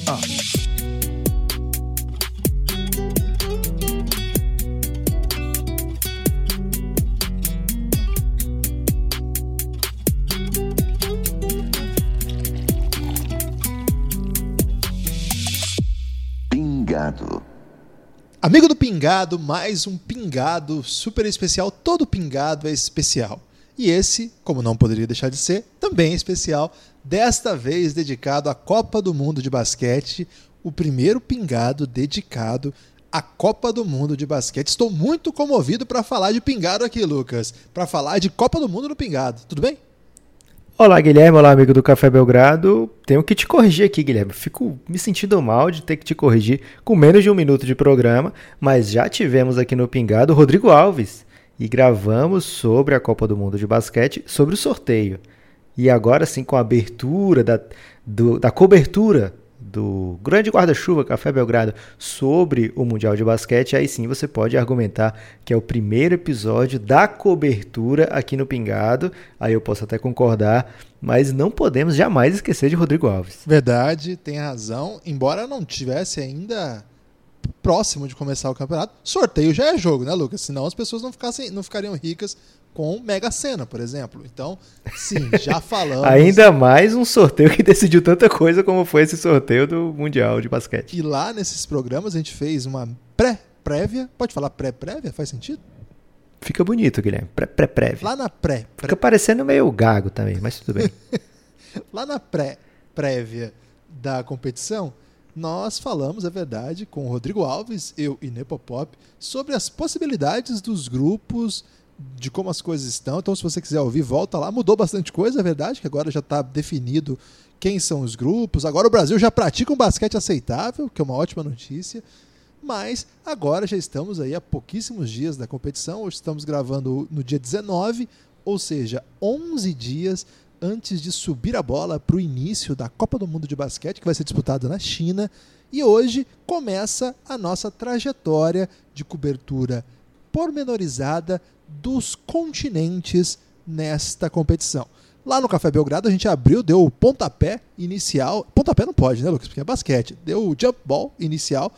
Ah. Pingado. Amigo do Pingado, mais um Pingado super especial. Todo Pingado é especial. E esse, como não poderia deixar de ser, também é especial. Desta vez dedicado à Copa do Mundo de Basquete. O primeiro Pingado dedicado à Copa do Mundo de Basquete. Estou muito comovido para falar de Pingado aqui, Lucas. Para falar de Copa do Mundo no Pingado. Tudo bem? Olá, Guilherme. Olá, amigo do Café Belgrado. Tenho que te corrigir aqui, Guilherme. Fico me sentindo mal de ter que te corrigir com menos de um minuto de programa, mas já tivemos aqui no Pingado o Rodrigo Alves e gravamos sobre a Copa do Mundo de Basquete, sobre o sorteio. E agora sim, com a abertura da cobertura do grande guarda-chuva Café Belgrado sobre o Mundial de Basquete, aí sim você pode argumentar que é o primeiro episódio da cobertura aqui no Pingado. Aí eu posso até concordar, mas não podemos jamais esquecer de Rodrigo Alves. Verdade, tem razão. Embora não tivesse ainda próximo de começar o campeonato, sorteio já é jogo, né, Lucas? Senão as pessoas não ficariam ricas com Mega Sena, por exemplo. Então, sim, já falamos. Ainda mais um sorteio que decidiu tanta coisa como foi esse sorteio do Mundial de Basquete. E lá nesses programas a gente fez uma prévia. Pode falar pré-prévia? Faz sentido? Fica bonito, Guilherme. Pré-prévia. Lá na Fica parecendo meio gago também, mas tudo bem. Lá na prévia da competição, nós falamos, é verdade, com o Rodrigo Alves, eu e Nepopop, sobre as possibilidades dos grupos, de como as coisas estão. Então, se você quiser ouvir, volta lá. Mudou bastante coisa, é verdade, que agora já está definido quem são os grupos. Agora o Brasil já pratica um basquete aceitável, que é uma ótima notícia. Mas agora já estamos aí há pouquíssimos dias da competição. Hoje estamos gravando no dia 19, ou seja, 11 dias antes de subir a bola para o início da Copa do Mundo de Basquete, que vai ser disputada na China. E hoje começa a nossa trajetória de cobertura pormenorizada dos continentes nesta competição. Lá no Café Belgrado a gente abriu, deu o pontapé inicial. Pontapé não pode, né, Lucas? Porque é basquete. Deu o jump ball inicial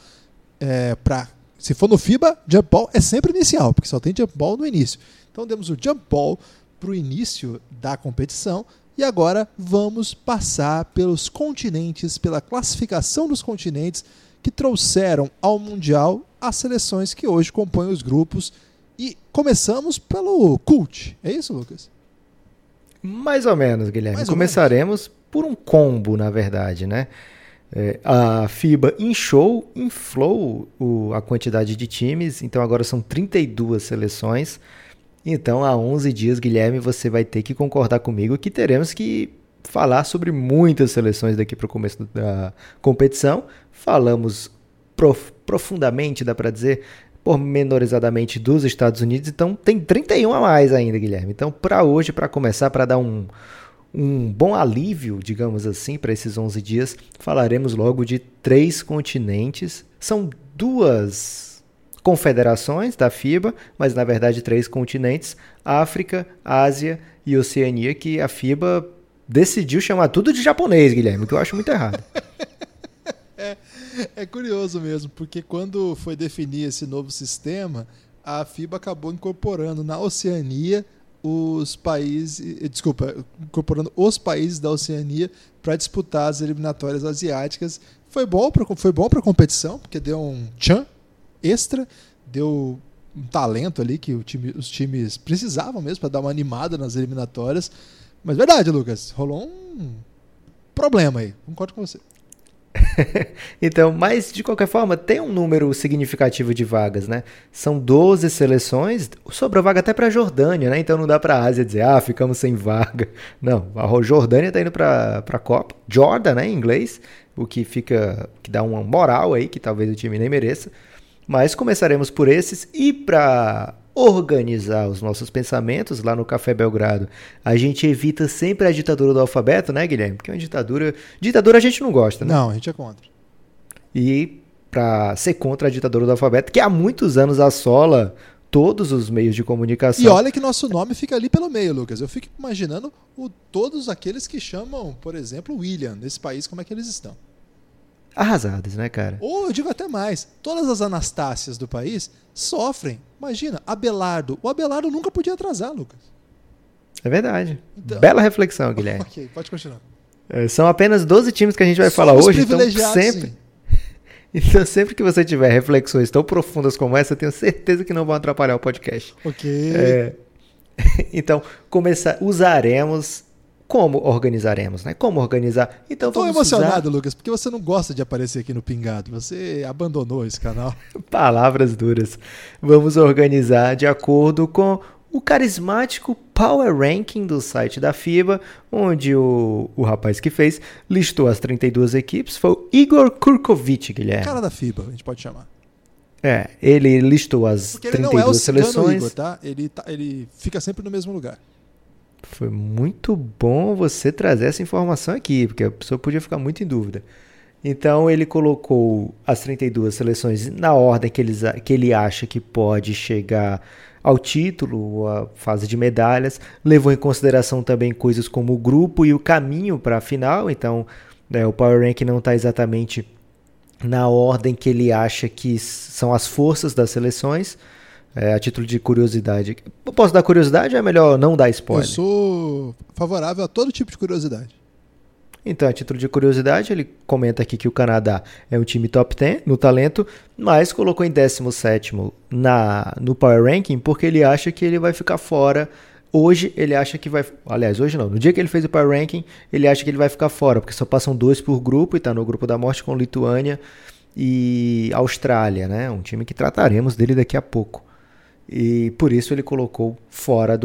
se for no FIBA, jump ball é sempre inicial, porque só tem jump ball no início. Então demos o jump ball para o início da competição e agora vamos passar pelos continentes, pela classificação dos continentes que trouxeram ao Mundial as seleções que hoje compõem os grupos. E começamos pelo Cult. É isso, Lucas? Mais ou menos, Guilherme. Começaremos por um combo, na verdade, né? A FIBA inflou a quantidade de times, então agora são 32 seleções. Então, há 11 dias, Guilherme, você vai ter que concordar comigo que teremos que falar sobre muitas seleções daqui para o começo da competição. Falamos profundamente, dá para dizer, pormenorizadamente dos Estados Unidos, então tem 31 a mais ainda, Guilherme. Então, para hoje, para começar, para dar um bom alívio, digamos assim, para esses 11 dias, falaremos logo de 3 continentes. São 2 confederações da FIBA, mas na verdade 3 continentes: África, Ásia e Oceania, que a FIBA decidiu chamar tudo de japonês, Guilherme, que eu acho muito errado. É curioso mesmo, porque quando foi definir esse novo sistema, a FIBA acabou incorporando na Oceania incorporando os países da Oceania para disputar as eliminatórias asiáticas. Foi bom para a competição, porque deu um tchan extra, deu um talento ali que os times precisavam mesmo para dar uma animada nas eliminatórias. Mas verdade, Lucas, rolou um problema aí, concordo com você. Então, mas de qualquer forma, tem um número significativo de vagas, né? São 12 seleções, sobrou vaga até para a Jordânia, né? Então não dá para a Ásia dizer, ficamos sem vaga. Não, a Jordânia está indo para a Copa, Jordan, né, em inglês, o que dá uma moral aí, que talvez o time nem mereça. Mas começaremos por esses, e para organizar os nossos pensamentos lá no Café Belgrado, a gente evita sempre a ditadura do alfabeto, né, Guilherme? Porque é uma ditadura a gente não gosta, né? Não, a gente é contra. E para ser contra a ditadura do alfabeto, que há muitos anos assola todos os meios de comunicação. E olha que nosso nome fica ali pelo meio, Lucas. Eu fico imaginando todos aqueles que chamam, por exemplo, William, nesse país, como é que eles estão. arrasadas, né, cara? Ou eu digo até mais, todas as Anastácias do país sofrem. Imagina, Abelardo. O Abelardo nunca podia atrasar, Lucas. É verdade. Então... Bela reflexão, Guilherme. Ok, pode continuar. São apenas 12 times que a gente vai falar hoje, então sempre... Sim. Então, sempre que você tiver reflexões tão profundas como essa, eu tenho certeza que não vão atrapalhar o podcast. Ok. Então, usaremos... Como organizaremos, né? Como organizar? Então, Estou emocionado, Lucas, porque você não gosta de aparecer aqui no Pingado. Você abandonou esse canal. Palavras duras. Vamos organizar de acordo com o carismático Power Ranking do site da FIBA, onde o rapaz que fez listou as 32 equipes, foi o Igor Kurkovic, Guilherme. Cara da FIBA, a gente pode chamar. Ele listou as porque 32 ele não é o seleções. Igor, tá? Ele fica sempre no mesmo lugar. Foi muito bom você trazer essa informação aqui, porque a pessoa podia ficar muito em dúvida. Então ele colocou as 32 seleções na ordem que ele acha que pode chegar ao título, a fase de medalhas, levou em consideração também coisas como o grupo e o caminho para a final, então o Power Rank não está exatamente na ordem que ele acha que são as forças das seleções. A título de curiosidade. Posso dar curiosidade ou é melhor não dar spoiler? Eu sou favorável a todo tipo de curiosidade. Então, a título de curiosidade, ele comenta aqui que o Canadá é um time top 10 no talento, mas colocou em 17º no Power Ranking porque ele acha que ele vai ficar fora. Hoje ele acha que vai... Aliás, hoje não. No dia que ele fez o Power Ranking, ele acha que ele vai ficar fora, porque só passam 2 por grupo e está no grupo da morte com Lituânia e Austrália, né? Um time que trataremos dele daqui a pouco. E por isso ele colocou fora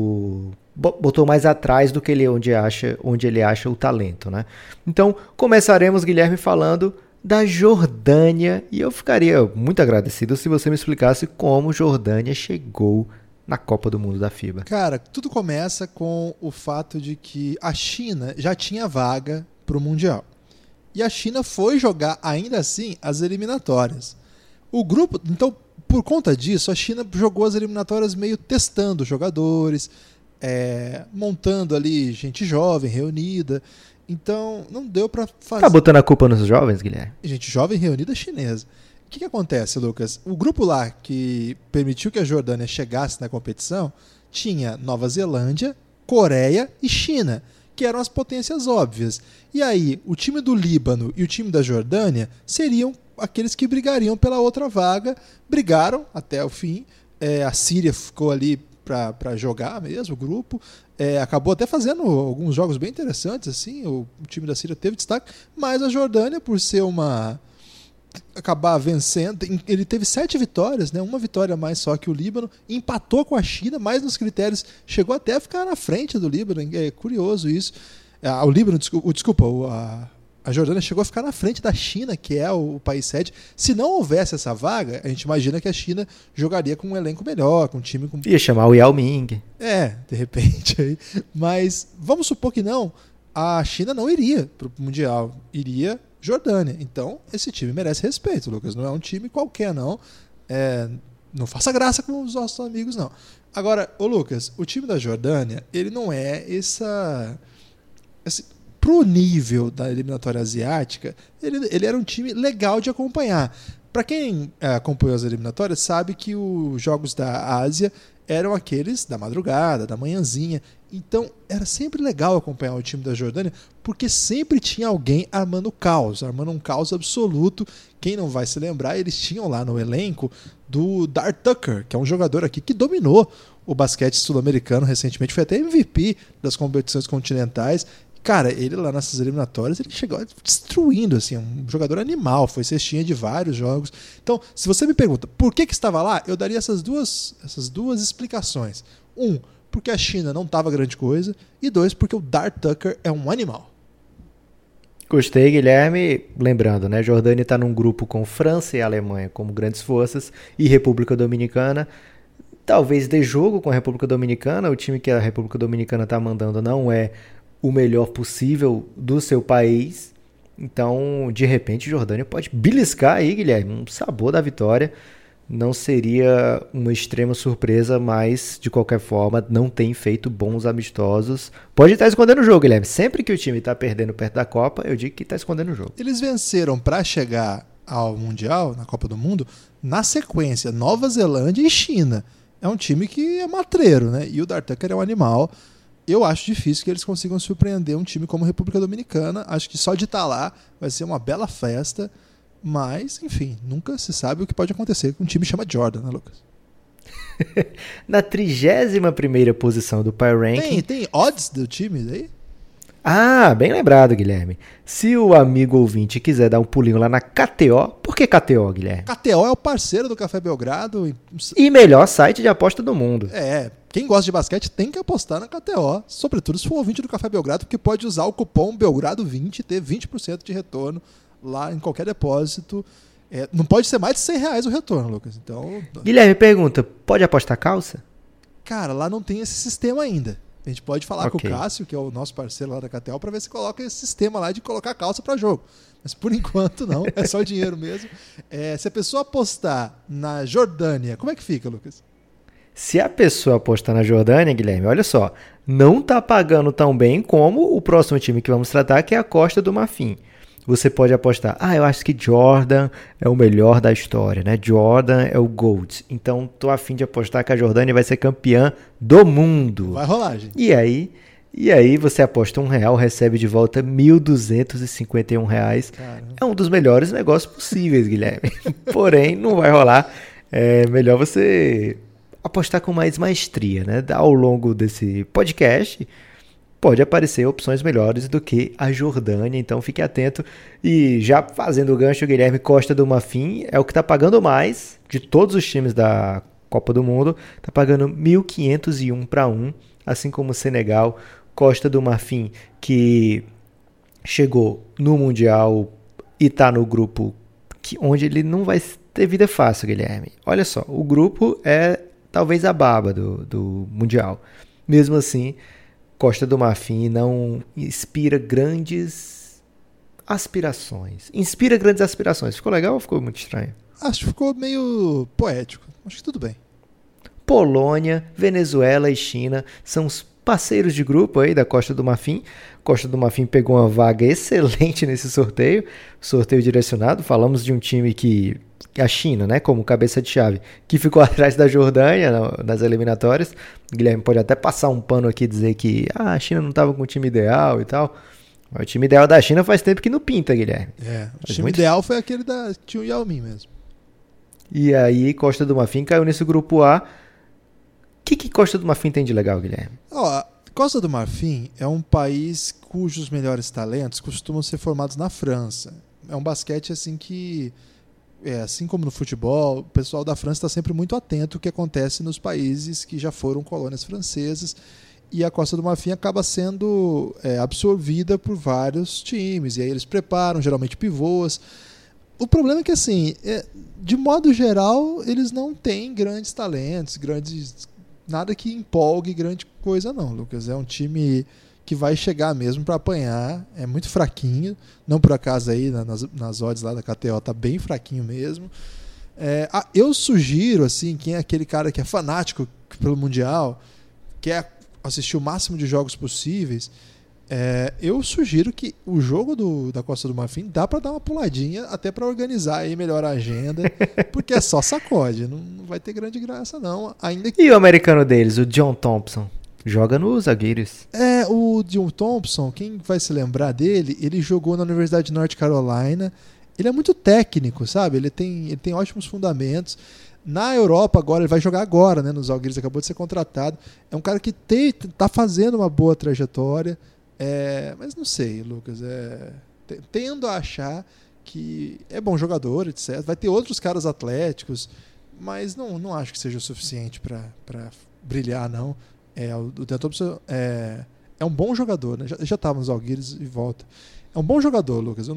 botou mais atrás do que onde ele acha o talento, né? Então, começaremos, Guilherme, falando da Jordânia, e eu ficaria muito agradecido se você me explicasse como Jordânia chegou na Copa do Mundo da FIBA. Cara, tudo começa com o fato de que a China já tinha vaga para o Mundial. E a China foi jogar, ainda assim, as eliminatórias. O grupo, então, por conta disso, a China jogou as eliminatórias meio testando jogadores, montando ali gente jovem, reunida. Então, não deu pra fazer... Tá botando a culpa nos jovens, Guilherme? Gente jovem reunida chinesa. O que acontece, Lucas? O grupo lá que permitiu que a Jordânia chegasse na competição tinha Nova Zelândia, Coreia e China, que eram as potências óbvias. E aí, o time do Líbano e o time da Jordânia seriam aqueles que brigariam pela outra vaga, brigaram até o fim. A Síria ficou ali para jogar mesmo, o grupo. Acabou até fazendo alguns jogos bem interessantes, assim. O time da Síria teve destaque, mas a Jordânia, por ser acabar vencendo, ele teve 7 vitórias, né? Uma vitória a mais só que o Líbano, empatou com a China, mas nos critérios chegou até a ficar na frente do Líbano. É curioso isso. O Líbano, a Jordânia chegou a ficar na frente da China, que é o país sede. Se não houvesse essa vaga, a gente imagina que a China jogaria com um elenco melhor, com um time com... Ia chamar o Yao Ming. De repente. Aí. Mas vamos supor que não. A China não iria para o Mundial. Iria Jordânia. Então, esse time merece respeito, Lucas. Não é um time qualquer, não. Não faça graça com os nossos amigos, não. Agora, Lucas, o time da Jordânia, ele não é pro nível da eliminatória asiática, ele era um time legal de acompanhar. Para quem acompanhou as eliminatórias, sabe que os jogos da Ásia eram aqueles da madrugada, da manhãzinha. Então, era sempre legal acompanhar o time da Jordânia, porque sempre tinha alguém armando um caos absoluto. Quem não vai se lembrar, eles tinham lá no elenco do Dar Tucker, que é um jogador aqui que dominou o basquete sul-americano recentemente, foi até MVP das competições continentais. Cara, ele lá nessas eliminatórias, ele chegou destruindo, assim, um jogador animal, foi cestinha de vários jogos. Então, se você me pergunta por que estava lá, eu daria essas duas explicações. 1, porque a China não estava grande coisa, e 2, porque o Dar Tucker é um animal. Gostei, Guilherme. Lembrando, né, Jordânia está num grupo com França e Alemanha como grandes forças, e República Dominicana. Talvez dê jogo com a República Dominicana, o time que a República Dominicana está mandando não é o melhor possível do seu país. Então, de repente, Jordânia pode beliscar aí, Guilherme, um sabor da vitória. não seria uma extrema surpresa, mas, de qualquer forma, não tem feito bons amistosos. Pode estar escondendo o jogo, Guilherme. Sempre que o time está perdendo perto da Copa, eu digo que está escondendo o jogo. Eles venceram para chegar ao Mundial, na Copa do Mundo, na sequência, Nova Zelândia e China. É um time que é matreiro, né? E o Dar Tucker é um animal. Eu acho difícil que eles consigam surpreender um time como a República Dominicana. Acho que só de estar lá vai ser uma bela festa. Mas, enfim, nunca se sabe o que pode acontecer com um time que chama Jordan, né, Lucas? Na 31ª posição do Power Ranking... Tem odds do time aí? Ah, bem lembrado, Guilherme. Se o amigo ouvinte quiser dar um pulinho lá na KTO... Por que KTO, Guilherme? KTO é o parceiro do Café Belgrado. E melhor site de aposta do mundo. Quem gosta de basquete tem que apostar na KTO. Sobretudo se for ouvinte do Café Belgrado, porque pode usar o cupom Belgrado20 e ter 20% de retorno lá em qualquer depósito. Não pode ser mais de R$100 o retorno, Lucas. Então, Guilherme pergunta, pode apostar calça? Cara, lá não tem esse sistema ainda. A gente pode falar com o Cássio, que é o nosso parceiro lá da KTO, para ver se coloca esse sistema lá de colocar calça para jogo. Mas por enquanto não, é só dinheiro mesmo. Se a pessoa apostar na Jordânia, como é que fica, Lucas? Se a pessoa apostar na Jordânia, Guilherme, olha só, não está pagando tão bem como o próximo time que vamos tratar, que é a Costa do Marfim. Você pode apostar, eu acho que Jordan é o melhor da história, né? Jordan é o GOAT. Então, tô a fim de apostar que a Jordânia vai ser campeã do mundo. Vai rolar, gente. E aí você aposta R$1, recebe de volta R$1.251. Caramba. É um dos melhores negócios possíveis, Guilherme. Porém, não vai rolar. É melhor você apostar com mais maestria, né? Ao longo desse podcast... pode aparecer opções melhores do que a Jordânia, então fique atento. E já fazendo o gancho, o Guilherme Costa do Marfim é o que está pagando mais de todos os times da Copa do Mundo, está pagando 1.501 para 1, assim como o Senegal. Costa do Marfim, que chegou no Mundial e está no grupo onde ele não vai ter vida fácil, Guilherme. Olha só, o grupo é talvez a baba do Mundial. Mesmo assim, Costa do Marfim não inspira grandes aspirações. Inspira grandes aspirações. Ficou legal ou ficou muito estranho? Acho que ficou meio poético. Acho que tudo bem. Polônia, Venezuela e China são os parceiros de grupo aí da Costa do Marfim. Costa do Marfim pegou uma vaga excelente nesse sorteio. Sorteio direcionado. Falamos de um time que... a China, né, como cabeça de chave, que ficou atrás da Jordânia nas eliminatórias. O Guilherme pode até passar um pano aqui e dizer que a China não estava com o time ideal e tal. Mas o time ideal da China faz tempo que não pinta, Guilherme. O time ideal foi aquele da Tio Yao Ming mesmo. E aí Costa do Marfim caiu nesse grupo A. O que Costa do Marfim tem de legal, Guilherme? Costa do Marfim é um país cujos melhores talentos costumam ser formados na França. É um basquete assim que... assim como no futebol, o pessoal da França está sempre muito atento ao que acontece nos países que já foram colônias francesas, e a Costa do Marfim acaba sendo absorvida por vários times, e aí eles preparam, geralmente pivôs. O problema é que, assim, de modo geral, eles não têm grandes talentos, nada que empolgue grande coisa não, Lucas. É um time que vai chegar mesmo para apanhar, é muito fraquinho, não por acaso aí nas odds lá da KTO tá bem fraquinho mesmo. Eu sugiro, assim, quem é aquele cara que é fanático pelo Mundial, quer assistir o máximo de jogos possíveis, eu sugiro que o jogo da Costa do Marfim dá para dar uma puladinha até para organizar aí melhor a agenda, porque é só sacode, não vai ter grande graça não. Ainda que... E o americano deles, o John Thompson? Joga nos zagueiros. O John Thompson, quem vai se lembrar dele, ele jogou na Universidade de North Carolina. Ele é muito técnico, sabe? Ele tem ótimos fundamentos. Na Europa agora, ele vai jogar agora, né? Nos Zalgiris, acabou de ser contratado. É um cara que tá fazendo uma boa trajetória. Mas não sei, Lucas. Tendo a achar que é bom jogador, etc. Vai ter outros caras atléticos, mas não acho que seja o suficiente para brilhar, não. O John Thompson é um bom jogador, né? Já estava nos Zalgiris e volta. É um bom jogador, Lucas. Eu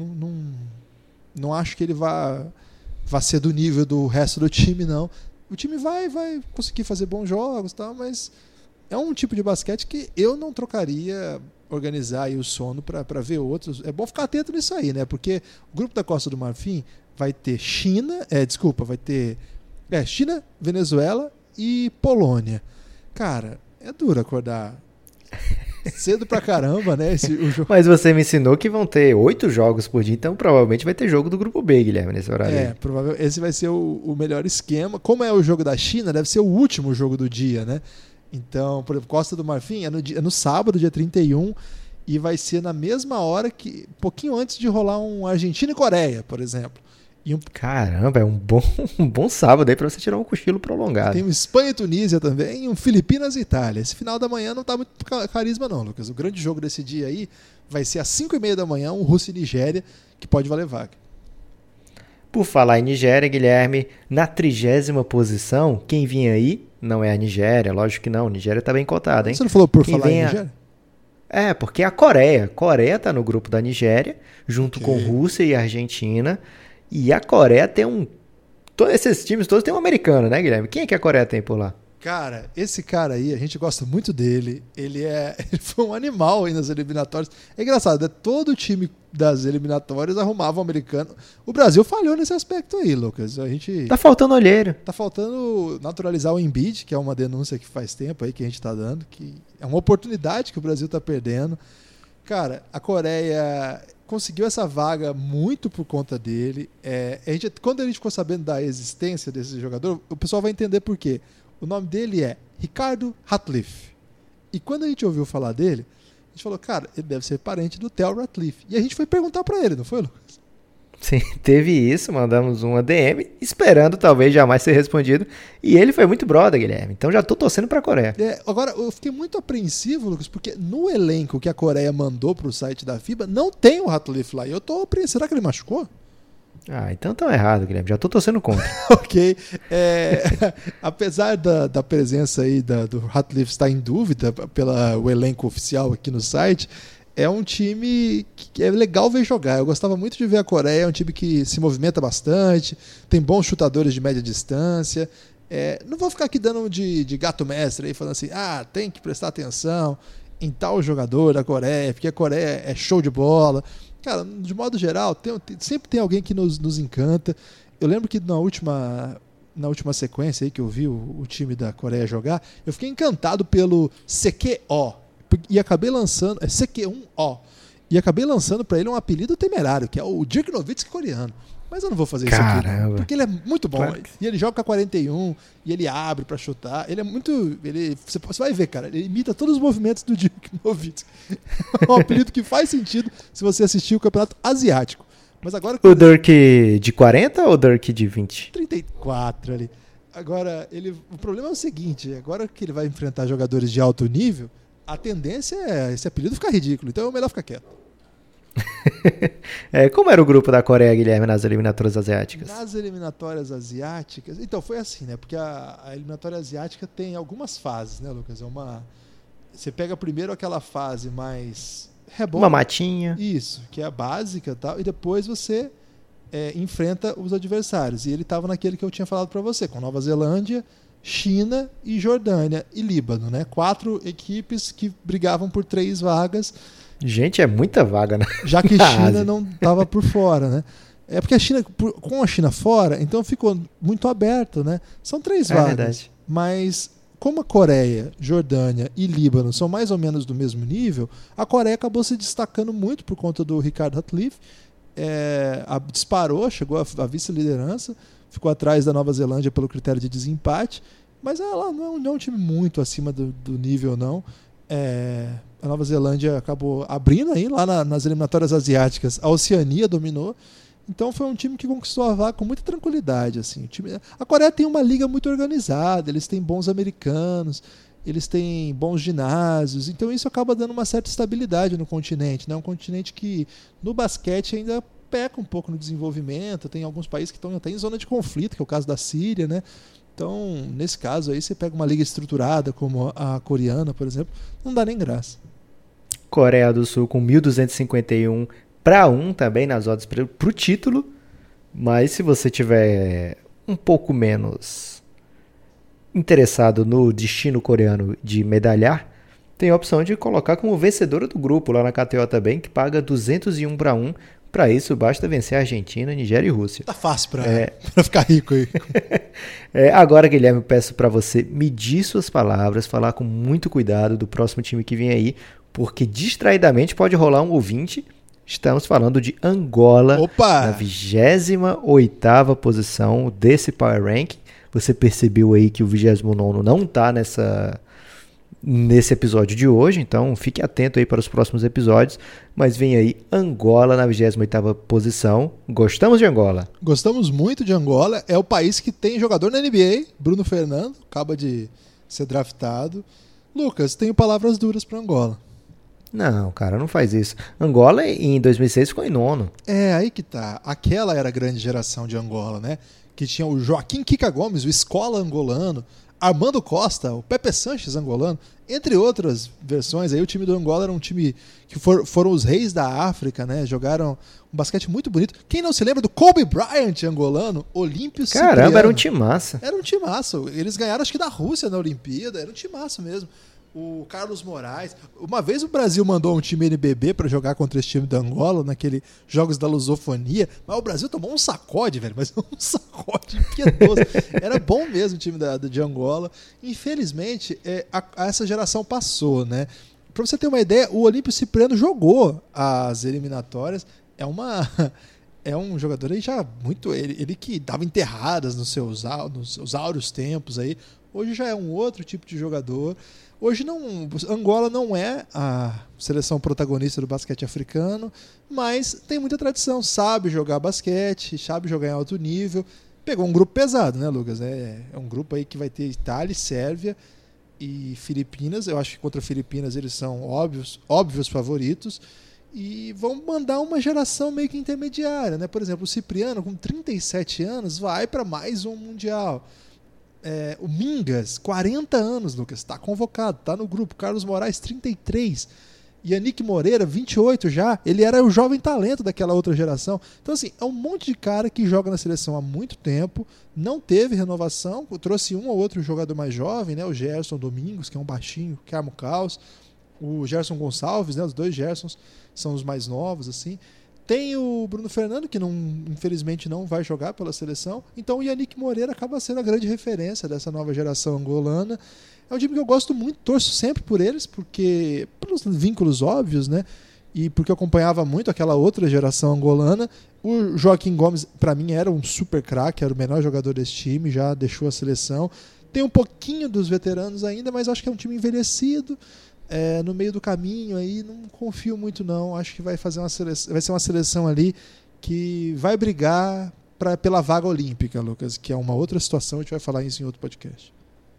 não acho que ele vá ser do nível do resto do time, não. O time vai conseguir fazer bons jogos, tá? Mas é um tipo de basquete que eu não trocaria organizar aí o sono para ver outros. É bom ficar atento nisso aí, né? Porque o grupo da Costa do Marfim vai ter vai ter China, Venezuela e Polônia. Cara, é duro acordar cedo pra caramba, né? O jogo. Mas você me ensinou que vão ter 8 jogos por dia, então provavelmente vai ter jogo do grupo B, Guilherme, nesse horário. Provavelmente esse vai ser o melhor esquema. Como é o jogo da China, deve ser o último jogo do dia, né? Então, por exemplo, Costa do Marfim é no sábado, dia 31, e vai ser na mesma hora que, um pouquinho antes de rolar um Argentina e Coreia, por exemplo. Caramba, é um bom sábado aí pra você tirar um cochilo prolongado. Tem um Espanha e Tunísia também, e um Filipinas e Itália. Esse final da manhã não tá muito carisma não, Lucas. O grande jogo desse dia aí vai ser às 5h30 da manhã, um Rússia e Nigéria, que pode valer vaga. Por falar em Nigéria, Guilherme, na 30ª posição, quem vinha aí não é a Nigéria, lógico que não, a Nigéria tá bem cotada, hein? Você não falou por falar em Nigéria? Porque a Coreia tá no grupo da Nigéria, junto com Rússia e Argentina. E a Coreia tem esses times todos têm um americano, né, Guilherme? Quem é que a Coreia tem por lá? Cara, esse cara aí, a gente gosta muito dele. Ele foi um animal aí nas eliminatórias. É engraçado, todo time das eliminatórias arrumava um americano. O Brasil falhou nesse aspecto aí, Lucas. Tá faltando olheiro. Tá faltando naturalizar o Embiid, que é uma denúncia que faz tempo aí que a gente tá dando, que é uma oportunidade que o Brasil tá perdendo. Cara, a Coreia conseguiu essa vaga muito por conta dele. Quando a gente ficou sabendo da existência desse jogador, o pessoal vai entender por quê. O nome dele é Ricardo Ratliff. E quando a gente ouviu falar dele, a gente falou, cara, ele deve ser parente do Theo Ratliff. E a gente foi perguntar pra ele, não foi, Lucas? Sim, teve isso, mandamos uma DM, esperando talvez jamais ser respondido. E ele foi muito brother, Guilherme. Então já tô torcendo pra Coreia. Agora, eu fiquei muito apreensivo, Lucas, porque no elenco que a Coreia mandou pro site da FIBA, não tem o Ratliff lá. E eu tô apreensivo. Será que ele machucou? Então tá errado, Guilherme. Já tô torcendo contra. Ok. Apesar da presença aí do Ratliff estar em dúvida pelo elenco oficial aqui no site, é um time que é legal ver jogar. Eu gostava muito de ver a Coreia. É um time que se movimenta bastante, tem bons chutadores de média distância. Não vou ficar aqui dando de gato mestre aí, falando assim, tem que prestar atenção em tal jogador da Coreia, porque a Coreia é show de bola. Cara, de modo geral, sempre tem alguém que nos encanta. Eu lembro que na última sequência aí que eu vi o time da Coreia jogar, eu fiquei encantado pelo CQO. E acabei lançando, CQ1O. E acabei lançando pra ele um apelido temerário, que é o Dirk Nowitzki coreano. Mas eu não vou fazer isso aqui, não, porque ele é muito bom. Claro. E ele joga com a 41, e ele abre pra chutar. Ele é muito... Você vai ver, cara, ele imita todos os movimentos do Dirk Nowitzki. É um apelido que faz sentido se você assistir o campeonato asiático. Mas agora... O Dirk de 40 ou o Dirk de 20? 34 ali. Agora, o problema é o seguinte, agora que ele vai enfrentar jogadores de alto nível, a tendência é esse apelido ficar ridículo. Então é melhor ficar quieto. Como era o grupo da Coreia, Guilherme, nas eliminatórias asiáticas? Nas eliminatórias asiáticas... Então, foi assim, né? Porque a eliminatória asiática tem algumas fases, né, Lucas? Você pega primeiro aquela fase mais... Uma matinha. Isso, que é a básica e tal. E depois você enfrenta os adversários. E ele estava naquele que eu tinha falado para você, com Nova Zelândia, China e Jordânia e Líbano, né? 4 equipes que brigavam por 3 vagas. Gente, é muita vaga, né? Já que a China não estava por fora, né? É porque a China, com a China fora, então ficou muito aberto, né? São 3 vagas. Verdade. Mas como a Coreia, Jordânia e Líbano são mais ou menos do mesmo nível, a Coreia acabou se destacando muito por conta do Ricardo Ratliff. Disparou, chegou à vice-liderança, ficou atrás da Nova Zelândia pelo critério de desempate, mas ela não é um time muito acima do nível, não. A Nova Zelândia acabou abrindo aí lá nas eliminatórias asiáticas, a Oceania dominou, então foi um time que conquistou a vaga com muita tranquilidade. Assim. A Coreia tem uma liga muito organizada, eles têm bons americanos, eles têm bons ginásios, então isso acaba dando uma certa estabilidade no continente, né? Um continente que no basquete ainda peca um pouco no desenvolvimento, tem alguns países que estão até em zona de conflito, que é o caso da Síria, né? Então, nesse caso aí, você pega uma liga estruturada como a coreana, por exemplo, não dá nem graça. Coreia do Sul com 1.251 para 1 também nas odds para o título, mas se você tiver um pouco menos interessado no destino coreano de medalhar, tem a opção de colocar como vencedora do grupo lá na KTO também, que paga 201 para 1 Para isso, basta vencer a Argentina, Nigéria e Rússia. Tá fácil para ficar rico aí. Agora, Guilherme, eu peço para você medir suas palavras, falar com muito cuidado do próximo time que vem aí, porque distraidamente pode rolar um ouvinte. Estamos falando de Angola, Opa! na 28ª posição desse Power Ranking. Você percebeu aí que o 29º não está nesse episódio de hoje, então fique atento aí para os próximos episódios, mas vem aí Angola na 28ª posição. Gostamos de Angola? Gostamos muito de Angola, é o país que tem jogador na NBA, Bruno Fernando, acaba de ser draftado. Lucas, tenho palavras duras para Angola. Não, cara, não faz isso. Angola em 2006 ficou em 9º. Aí que tá, aquela era a grande geração de Angola, né? Que tinha o Joaquim Kika Gomes, o Escola angolano, Armando Costa, o Pepe Sanches angolano, entre outras versões. Aí o time do Angola era um time que foram os reis da África, né? Jogaram um basquete muito bonito. Quem não se lembra do Kobe Bryant angolano, Olímpio Cipriano? Caramba, era um timaço. Era um timaço. Eles ganharam acho que da Rússia na Olimpíada, era um timaço mesmo. O Carlos Moraes. Uma vez o Brasil mandou um time NBB para jogar contra esse time da Angola, naquele Jogos da Lusofonia, mas o Brasil tomou um sacode, velho, mas um sacode impiedoso. Era bom mesmo o time de Angola. Infelizmente, essa geração passou, né? Para você ter uma ideia, o Olímpio Cipriano jogou as eliminatórias. É um jogador aí já muito... Ele que dava enterradas nos seus áureos tempos aí. Hoje já é um outro tipo de jogador. Hoje Angola não é a seleção protagonista do basquete africano, mas tem muita tradição, sabe jogar basquete, sabe jogar em alto nível. Pegou um grupo pesado, né, Lucas? É um grupo aí que vai ter Itália, Sérvia e Filipinas. Eu acho que contra Filipinas eles são óbvios favoritos. E vão mandar uma geração meio que intermediária, né? Por exemplo, o Cipriano, com 37 anos, vai para mais um Mundial. O Mingas, 40 anos, Lucas, está convocado, está no grupo. Carlos Moraes, 33. Yannick Moreira, 28 já. Ele era o jovem talento daquela outra geração. Então, assim, é um monte de cara que joga na seleção há muito tempo, não teve renovação, trouxe um ou outro jogador mais jovem, né? O Gerson Domingos, que é um baixinho, que arma o caos. O Gerson Gonçalves, né? Os dois Gersons são os mais novos, assim. Tem o Bruno Fernando, que infelizmente não vai jogar pela seleção. Então o Yannick Moreira acaba sendo a grande referência dessa nova geração angolana. É um time que eu gosto muito, torço sempre por eles, pelos vínculos óbvios, né? E porque eu acompanhava muito aquela outra geração angolana. O Joaquim Gomes, para mim, era um super craque, era o melhor jogador desse time, já deixou a seleção. Tem um pouquinho dos veteranos ainda, mas acho que é um time envelhecido. No meio do caminho aí, não confio muito não. Acho que vai ser uma seleção ali que vai brigar pela vaga olímpica, Lucas, que é uma outra situação, a gente vai falar isso em outro podcast.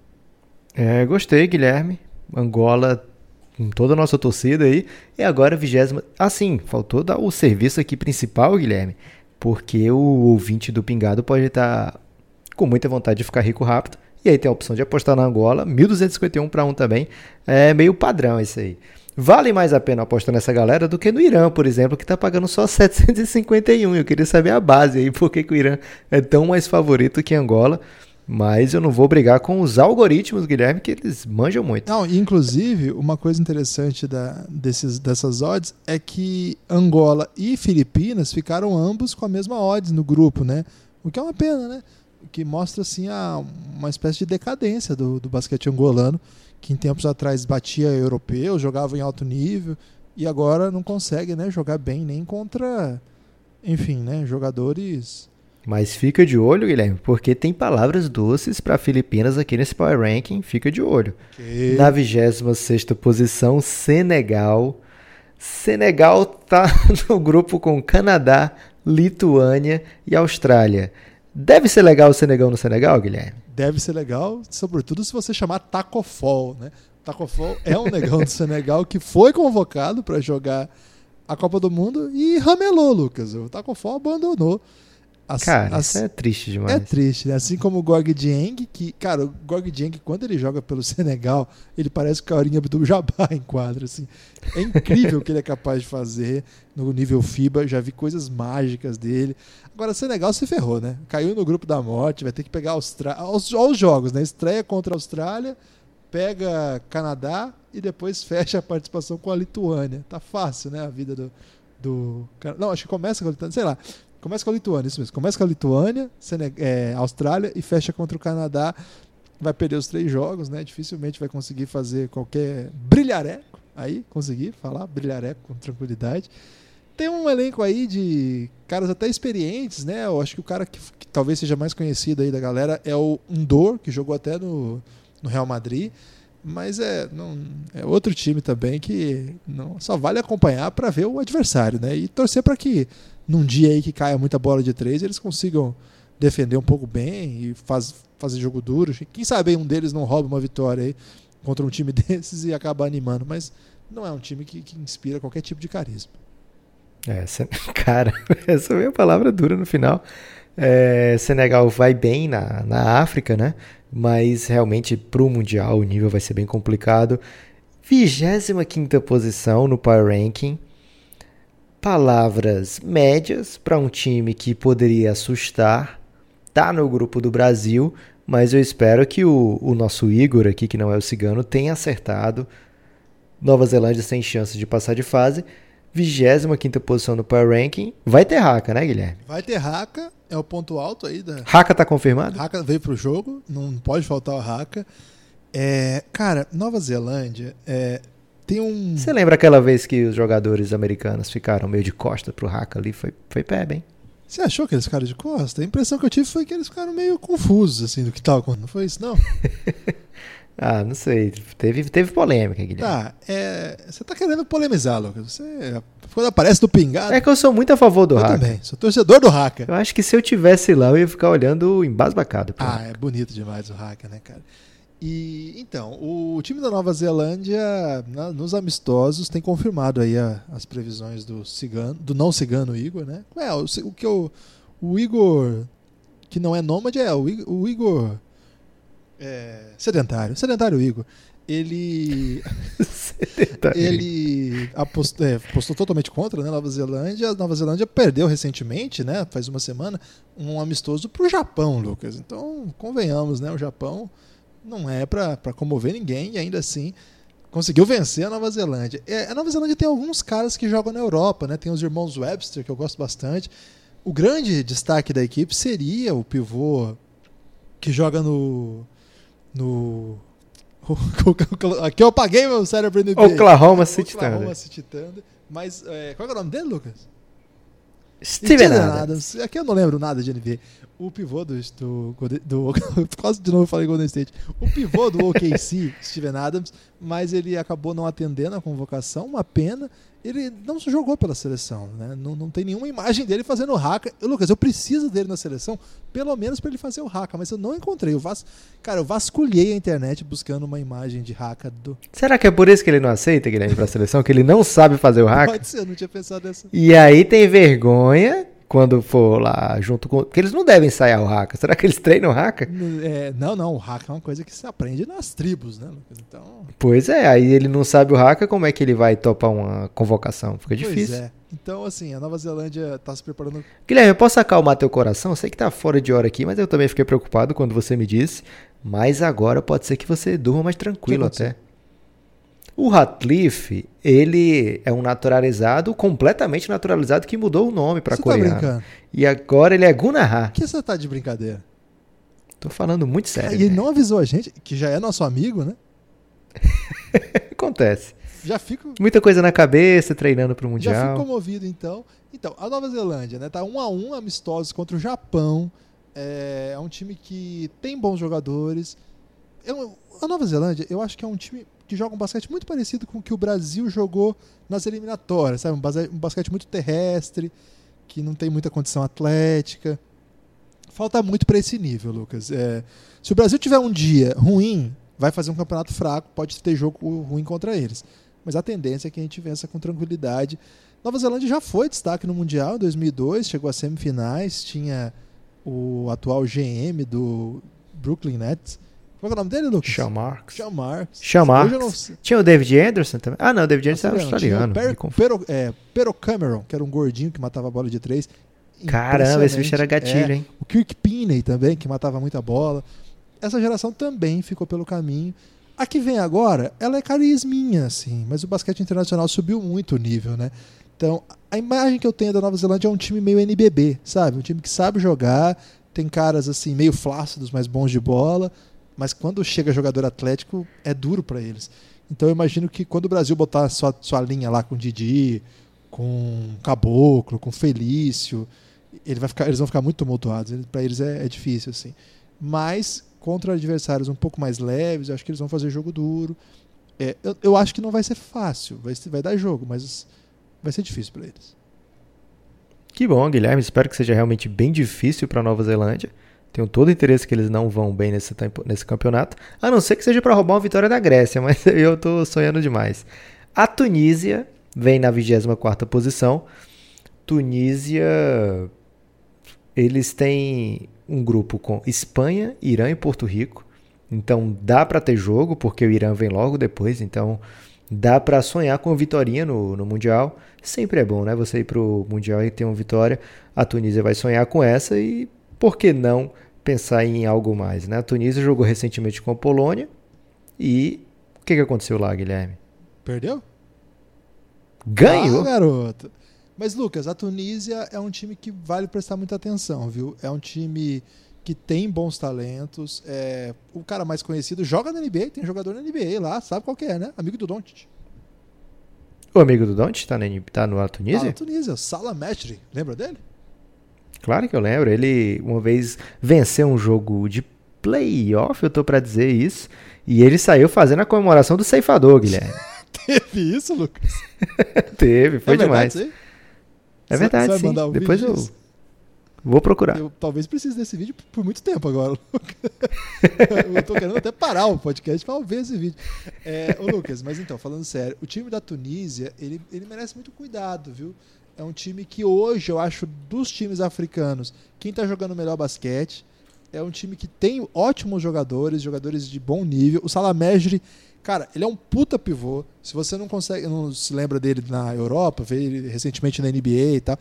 Gostei, Guilherme. Angola, com toda a nossa torcida aí, e agora a 20ª. Sim, faltou dar o serviço aqui principal, Guilherme, porque o ouvinte do Pingado pode estar com muita vontade de ficar rico rápido. E aí tem a opção de apostar na Angola, 1.251 para 1 também. É meio padrão isso aí. Vale mais a pena apostar nessa galera do que no Irã, por exemplo, que está pagando só 751. Eu queria saber a base aí, por que o Irã é tão mais favorito que Angola. Mas eu não vou brigar com os algoritmos, Guilherme, que eles manjam muito. Não, inclusive, uma coisa interessante dessas odds é que Angola e Filipinas ficaram ambos com a mesma odds no grupo, né? O que é uma pena, né? Que mostra assim uma espécie de decadência do basquete angolano, que em tempos atrás batia europeu, jogava em alto nível e agora não consegue, né, jogar bem nem contra, enfim, né, jogadores. Mas fica de olho, Guilherme, porque tem palavras doces para Filipinas aqui nesse Power Ranking, fica de olho. Okay. Na 26ª posição, Senegal. Senegal tá no grupo com Canadá, Lituânia e Austrália. Deve ser legal o Senegal no Senegal, Guilherme? Deve ser legal, sobretudo se você chamar Tacofol, né? Tacofol é um negão do Senegal que foi convocado para jogar a Copa do Mundo e ramelou, Lucas. O Tacofol abandonou. Isso é triste demais. É triste, né? Assim como o Gorgui Dieng, que, cara, o Gorgui Dieng, quando ele joga pelo Senegal, ele parece o Karim Abdul-Jabbar em quadro, assim. É incrível o que ele é capaz de fazer no nível FIBA, já vi coisas mágicas dele. Agora, o Senegal se ferrou, né? Caiu no grupo da morte, vai ter que pegar a Austrália. Olha os jogos, né? Estreia contra a Austrália, pega Canadá e depois fecha a participação com a Lituânia. Tá fácil, né? A vida Não, acho que começa com a Lituânia, sei lá. Começa com a Lituânia, isso mesmo. Começa com a Lituânia, Austrália e fecha contra o Canadá. Vai perder os 3 jogos, né? Dificilmente vai conseguir fazer qualquer brilhareco. Aí, conseguir falar brilhareco com tranquilidade. Tem um elenco aí de caras até experientes, né? Eu acho que o cara que talvez seja mais conhecido aí da galera é o Ndor, que jogou até no Real Madrid. Mas é outro time também que só vale acompanhar para ver o adversário, né? E torcer para que num dia aí que caia muita bola de 3, eles consigam defender um pouco bem e fazer jogo duro. Quem sabe um deles não rouba uma vitória aí contra um time desses e acaba animando, mas não é um time que inspira qualquer tipo de carisma. Cara, essa veio a palavra dura no final. Senegal vai bem na África, né? Mas realmente pro Mundial o nível vai ser bem complicado. 25ª posição no Power Ranking. Palavras médias para um time que poderia assustar. Tá no grupo do Brasil, mas eu espero que o nosso Igor aqui, que não é o cigano, tenha acertado. Nova Zelândia sem chance de passar de fase. 25ª posição no Power Ranking. Vai ter Haka, né, Guilherme? Vai ter Haka, é o ponto alto aí. Haka tá confirmado? Haka veio pro jogo, não pode faltar o Haka. Cara, Nova Zelândia tem um... Você lembra aquela vez que os jogadores americanos ficaram meio de costa pro Haka ali? Foi pé, bem. Você achou que eles ficaram de costa? A impressão que eu tive foi que eles ficaram meio confusos, assim, do que tal. Não foi isso, não? Não sei. Teve polêmica, Guilherme. Tá, você tá querendo polemizar, Lucas. Quando aparece do pingado... É que eu sou muito a favor do Haka. Eu também, sou torcedor do Haka. Eu acho que se eu tivesse lá, eu ia ficar olhando embasbacado. É bonito demais o Haka, né, cara? E, então, o time da Nova Zelândia, nos amistosos, tem confirmado aí as previsões do não cigano Igor, né? O Igor, que não é nômade, o Igor sedentário Igor. Ele apostou totalmente contra, né, Nova Zelândia. A Nova Zelândia perdeu recentemente, né, faz uma semana, um amistoso pro Japão, Lucas. Então, convenhamos, né, o Japão não é para comover ninguém e ainda assim conseguiu vencer a Nova Zelândia. A Nova Zelândia tem alguns caras que jogam na Europa, né? Tem os irmãos Webster, que eu gosto bastante. O grande destaque da equipe seria o pivô que joga no aqui eu apaguei meu cérebro NBA. Oklahoma City Thunder. Mas qual é o nome dele, Lucas? Steven Adams. Aqui eu não lembro nada de NBA. O pivô do quase de novo eu falei Golden State. O pivô do OKC, Steven Adams, mas ele acabou não atendendo a convocação, uma pena. Ele não jogou pela seleção, né? Não tem nenhuma imagem dele fazendo o Haka. Lucas, eu preciso dele na seleção, pelo menos para ele fazer o Haka, mas eu não encontrei. Eu vasculhei a internet buscando uma imagem de Haka do... Será que é por isso que ele não aceita, Guilherme, pra seleção? Que ele não sabe fazer o Haka? Pode ser, eu não tinha pensado nessa. E aí tem vergonha quando for lá junto com... Porque eles não devem ensaiar o Haka. Será que eles treinam o Haka? Não. O Haka é uma coisa que se aprende nas tribos, né, Lucas? Então... Pois é, aí ele não sabe o Haka, como é que ele vai topar uma convocação? Fica difícil. Pois é. Então, assim, a Nova Zelândia tá se preparando... Guilherme, eu posso acalmar teu coração? Eu sei que tá fora de hora aqui, mas eu também fiquei preocupado quando você me disse. Mas agora pode ser que você durma mais tranquilo até. O Ratcliffe, ele é um naturalizado, completamente naturalizado, que mudou o nome para coreano. Tá brincando? E agora ele é Gunnar. Que você tá de brincadeira? Tô falando muito sério. E ele não avisou a gente, que já é nosso amigo, né? Acontece. Já fico... Muita coisa na cabeça, treinando pro Mundial. Já fico comovido, então. Então, a Nova Zelândia, né? Tá 1-1, amistosos contra o Japão. É um time que tem bons jogadores. A Nova Zelândia, eu acho que é um time que joga um basquete muito parecido com o que o Brasil jogou nas eliminatórias, sabe? Um basquete muito terrestre, que não tem muita condição atlética. Falta muito para esse nível, Lucas. Se o Brasil tiver um dia ruim, vai fazer um campeonato fraco, pode ter jogo ruim contra eles. Mas a tendência é que a gente vença com tranquilidade. Nova Zelândia já foi destaque no Mundial em 2002, chegou às semifinais, tinha o atual GM do Brooklyn Nets. Qual é o nome dele, Lucas? Sean Marks. Não... Tinha o David Anderson também. Ah, não, o David Anderson era australiano. Pero Cameron, que era um gordinho que matava a bola de 3. Caramba, esse bicho era gatilho, hein? O Kirk Pinney também, que matava muita bola. Essa geração também ficou pelo caminho. A que vem agora, ela é carisminha, assim, mas o basquete internacional subiu muito o nível, né? Então, a imagem que eu tenho da Nova Zelândia é um time meio NBB, sabe? Um time que sabe jogar, tem caras assim meio flácidos, mas bons de bola, mas quando chega jogador atlético é duro para eles. Então eu imagino que quando o Brasil botar sua linha lá com Didi, com Caboclo, com Felício, eles vão ficar muito tumultuados. Para eles é difícil, assim. Mas contra adversários um pouco mais leves, eu acho que eles vão fazer jogo duro. Eu acho que não vai ser fácil, vai dar jogo, mas vai ser difícil para eles. Que bom, Guilherme. Espero que seja realmente bem difícil para a Nova Zelândia. Tenho todo o interesse que eles não vão bem nesse campeonato, a não ser que seja para roubar uma vitória da Grécia, mas eu estou sonhando demais. A Tunísia vem na 24ª posição. Tunísia, eles têm um grupo com Espanha, Irã e Porto Rico. Então dá para ter jogo, porque o Irã vem logo depois, então dá para sonhar com uma vitória no Mundial. Sempre é bom, né? Você ir pro Mundial e ter uma vitória. A Tunísia vai sonhar com essa e por que não pensar em algo mais, né? A Tunísia jogou recentemente com a Polônia e o que aconteceu lá, Guilherme? Perdeu? Ganhou? Garoto! Mas, Lucas, a Tunísia é um time que vale prestar muita atenção, viu? É um time que tem bons talentos. O cara mais conhecido joga na NBA, tem jogador na NBA lá, sabe qual que é, né? Amigo do Doncic. O amigo do Doncic tá na Tunísia? Tá na Tunísia, Salah Mejri. Lembra dele? Claro que eu lembro. Ele uma vez venceu um jogo de playoff, eu tô pra dizer isso, e ele saiu fazendo a comemoração do ceifador, Guilherme. Teve isso, Lucas? Teve, foi demais. Verdade, é verdade, sim. Depois eu vou procurar. Eu talvez precise desse vídeo por muito tempo agora, Lucas. Eu tô querendo até parar o podcast para ver esse vídeo. Ô Lucas, mas então, falando sério, o time da Tunísia, ele merece muito cuidado, viu? É um time que hoje, eu acho, dos times africanos, quem tá jogando melhor basquete, é um time que tem ótimos jogadores de bom nível. O Salah Mejri, cara, ele é um puta pivô. Se você não se lembra dele na Europa, veio ele recentemente na NBA e tal.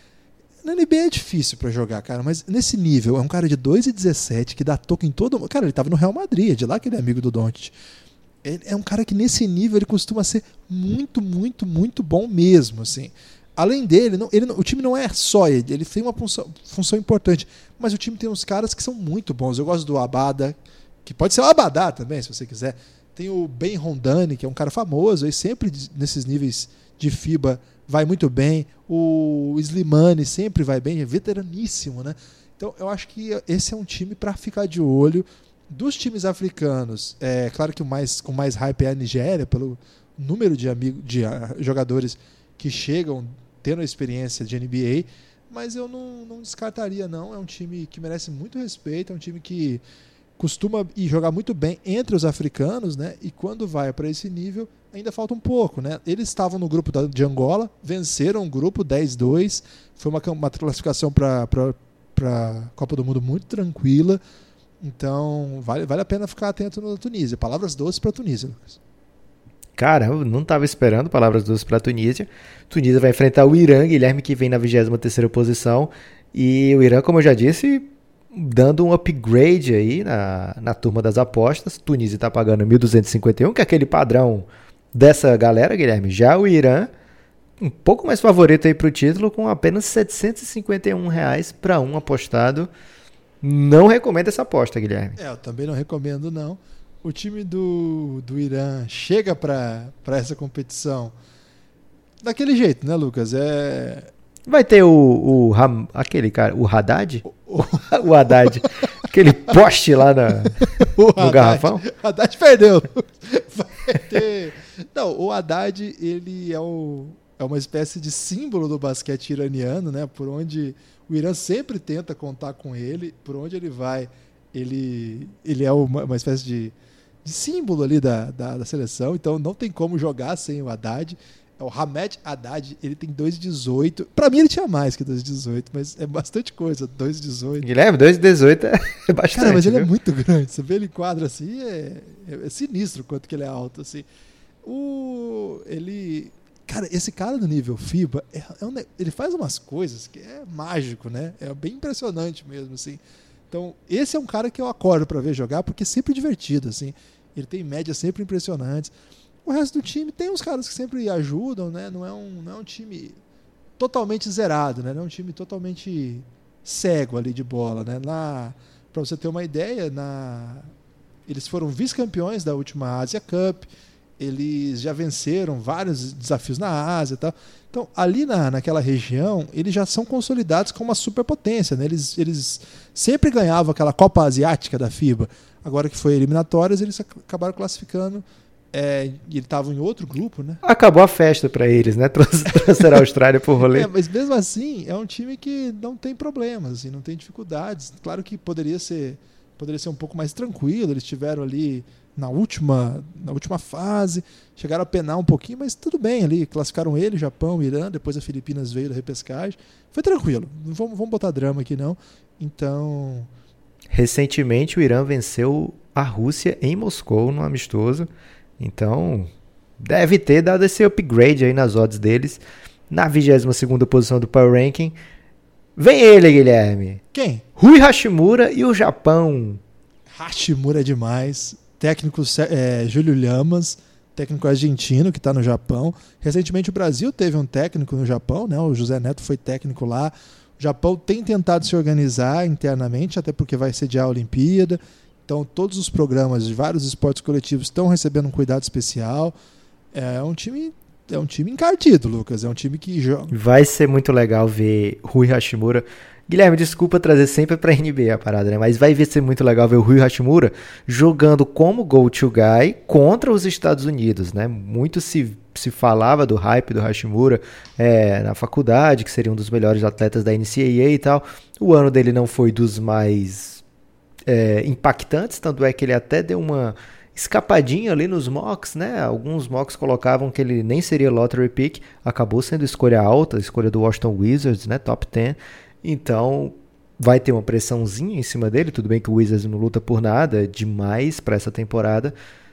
Na NBA é difícil pra jogar, cara, mas nesse nível, é um cara de 2,17 que dá toque em todo... Cara, ele tava no Real Madrid, é de lá que ele é amigo do Doncic. Ele é um cara que nesse nível ele costuma ser muito, muito, muito bom mesmo, assim. Além dele, o time não é só ele tem uma função importante, mas o time tem uns caras que são muito bons. Eu gosto do Abada, que pode ser o Abadá também, se você quiser. Tem o Ben Rondani, que é um cara famoso, e sempre nesses níveis de FIBA vai muito bem. O Slimani sempre vai bem, é veteraníssimo, né? Então eu acho que esse é um time para ficar de olho. Dos times africanos, claro que com mais hype é a Nigéria, pelo número de jogadores que chegam tendo a experiência de NBA, mas eu não descartaria, não. É um time que merece muito respeito, é um time que costuma jogar muito bem entre os africanos, né? E quando vai para esse nível, ainda falta um pouco, né? Eles estavam no grupo de Angola, venceram o grupo 10-2, foi uma classificação para a Copa do Mundo muito tranquila, então vale a pena ficar atento na Tunísia. Palavras doces para a Tunísia, Lucas. Cara, eu não estava esperando palavras doces para a Tunísia. Tunísia vai enfrentar o Irã, Guilherme, que vem na 23ª posição. E o Irã, como eu já disse, dando um upgrade aí na turma das apostas. Tunísia está pagando 1.251, que é aquele padrão dessa galera, Guilherme. Já o Irã, um pouco mais favorito aí para o título, com apenas R$ 751 para um apostado. Não recomendo essa aposta, Guilherme. Eu também não recomendo, não. O time do Irã chega para essa competição daquele jeito, né, Lucas? Vai ter aquele cara, o Haddad? O Haddad. Aquele poste lá no garrafão? O Haddad perdeu. Vai ter... Não, o Haddad, ele é uma espécie de símbolo do basquete iraniano, né? Por onde o Irã sempre tenta contar com ele, por onde ele vai, ele é uma espécie de símbolo ali da seleção, então não tem como jogar sem o Haddad. É o Hamed Haddad, ele tem 2,18. Pra mim ele tinha mais que 2,18, mas é bastante coisa, 2,18. Guilherme, 2,18 é bastante. Cara, mas ele viu? é muito grande. Você vê ele em quadro assim, é sinistro quanto que ele é alto, assim. Cara, esse cara do nível FIBA, ele faz umas coisas que é mágico, né? É bem impressionante mesmo, assim. Então, esse é um cara que eu acordo pra ver jogar, porque é sempre divertido, assim. Ele tem médias sempre impressionantes. O resto do time tem uns caras que sempre ajudam, né? Não é um time totalmente zerado, né? Não é um time totalmente cego ali de bola, né? Para você ter uma ideia, eles foram vice-campeões da última Asia Cup, eles já venceram vários desafios na Ásia e tal. Então, ali naquela região, eles já são consolidados como uma superpotência, né? Eles sempre ganhavam aquela Copa Asiática da FIBA. Agora que foi eliminatórias, eles acabaram classificando. E eles estavam em outro grupo, né? Acabou a festa para eles, né? Trouxeram a Austrália pro rolê. Mas mesmo assim, é um time que não tem problemas, assim, não tem dificuldades. Claro que poderia ser um pouco mais tranquilo. Eles estiveram ali na última fase, chegaram a penar um pouquinho, mas tudo bem ali. Classificaram ele, Japão, Irã, depois a Filipinas veio da repescagem. Foi tranquilo, não vamos botar drama aqui não. Então... Recentemente o Irã venceu a Rússia em Moscou, no amistoso. Então, deve ter dado esse upgrade aí nas odds deles. Na 22ª posição do Power Ranking, vem ele, Guilherme. Quem? Rui Hashimura e o Japão. Hashimura é demais. Técnico Júlio Lamas, técnico argentino que está no Japão. Recentemente o Brasil teve um técnico no Japão, né? O José Neto foi técnico lá. O Japão tem tentado se organizar internamente, até porque vai sediar a Olimpíada. Então, todos os programas de vários esportes coletivos estão recebendo um cuidado especial. É um time encardido, Lucas. É um time que joga. Vai ser muito legal ver Rui Hashimura. Guilherme, desculpa trazer sempre pra NBA a parada, né? Mas vai ser muito legal ver o Rui Hashimura jogando como go-to guy contra os Estados Unidos, né? Muito se falava do hype do Hashimura na faculdade, que seria um dos melhores atletas da NCAA e tal. O ano dele não foi dos mais impactantes, tanto é que ele até deu uma escapadinha ali nos mocks, né? Alguns mocks colocavam que ele nem seria lottery pick, acabou sendo escolha alta, escolha do Washington Wizards, né? Top 10. Então vai ter uma pressãozinha em cima dele, tudo bem que o Wizards não luta por nada, é demais para essa temporada,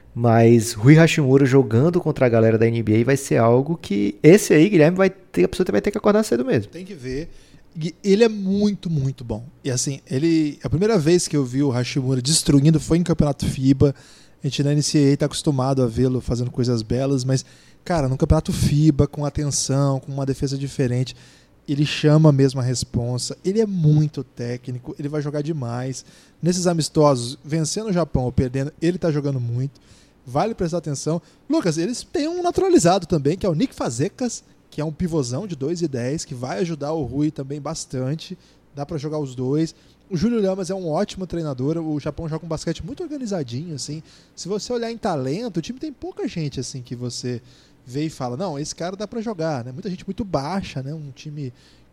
mas Rui Hashimura jogando contra a galera da NBA vai ser algo que esse aí, Guilherme, a pessoa vai ter que acordar cedo mesmo. Tem que ver. Ele é muito, muito bom. E assim, a primeira vez que eu vi o Hashimura destruindo foi em campeonato FIBA. A gente na NCAA está acostumado a vê-lo fazendo coisas belas, mas, cara, no campeonato FIBA, com atenção, com uma defesa diferente, ele chama mesmo a responsa. Ele é muito técnico, ele vai jogar demais. Nesses amistosos, vencendo o Japão ou perdendo, ele está jogando muito. Vale prestar atenção. Lucas, eles têm um naturalizado também, que é o Nick Fazekas, que é um pivôzão de 2,10, que vai ajudar o Rui também bastante. Dá para jogar os dois. O Júlio Lamas é um ótimo treinador. O Japão joga um basquete muito organizadinho, assim. Se você olhar em talento, o time tem pouca gente assim que você vê e fala, não, esse cara dá para jogar, né? Muita gente muito baixa, né? Um time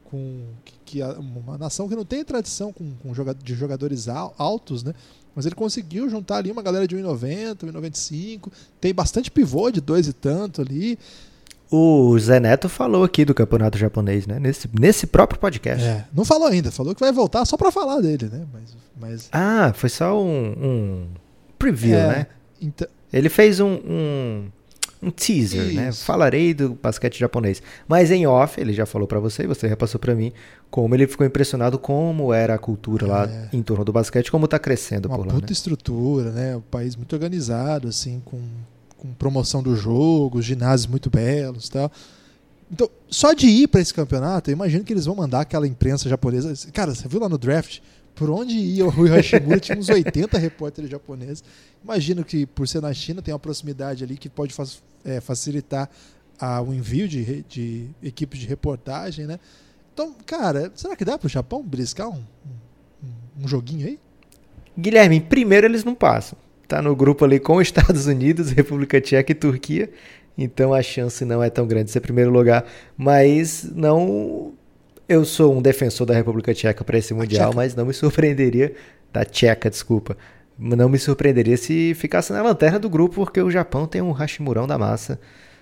uma nação que não tem tradição de jogadores altos, né? Mas ele conseguiu juntar ali uma galera de 1,90, 1,95. Tem bastante pivô de 2 e tanto ali. O Zé Neto falou aqui do campeonato japonês, né? Nesse próprio podcast. Não falou ainda, falou que vai voltar só pra falar dele, né? Mas... Ah, foi só um preview, né? Então... Ele fez um teaser, isso, né? Falarei do basquete japonês. Mas em off, ele já falou pra você, você repassou pra mim, como ele ficou impressionado como era a cultura lá em torno do basquete, como tá crescendo por lá. Uma puta estrutura, né? Um país muito organizado, assim, com promoção do jogo, ginásios muito belos e tal. Então, só de ir para esse campeonato, eu imagino que eles vão mandar aquela imprensa japonesa. Cara, você viu lá no draft? Por onde ia o Rui Hashimura? Tinha uns 80 repórteres japoneses. Imagino que, por ser na China, tem uma proximidade ali que pode facilitar o envio de equipes de reportagem, né? Então, cara, será que dá para o Japão briscar um joguinho aí? Guilherme, primeiro eles não passam. Tá no grupo ali com os Estados Unidos, República Tcheca e Turquia. Então a chance não é tão grande de ser primeiro lugar. Mas não... Eu sou um defensor da República Tcheca para esse Mundial, mas não me surpreenderia... Da Tcheca, desculpa. Não me surpreenderia se ficasse na lanterna do grupo, porque o Japão tem um Hashimurão da massa.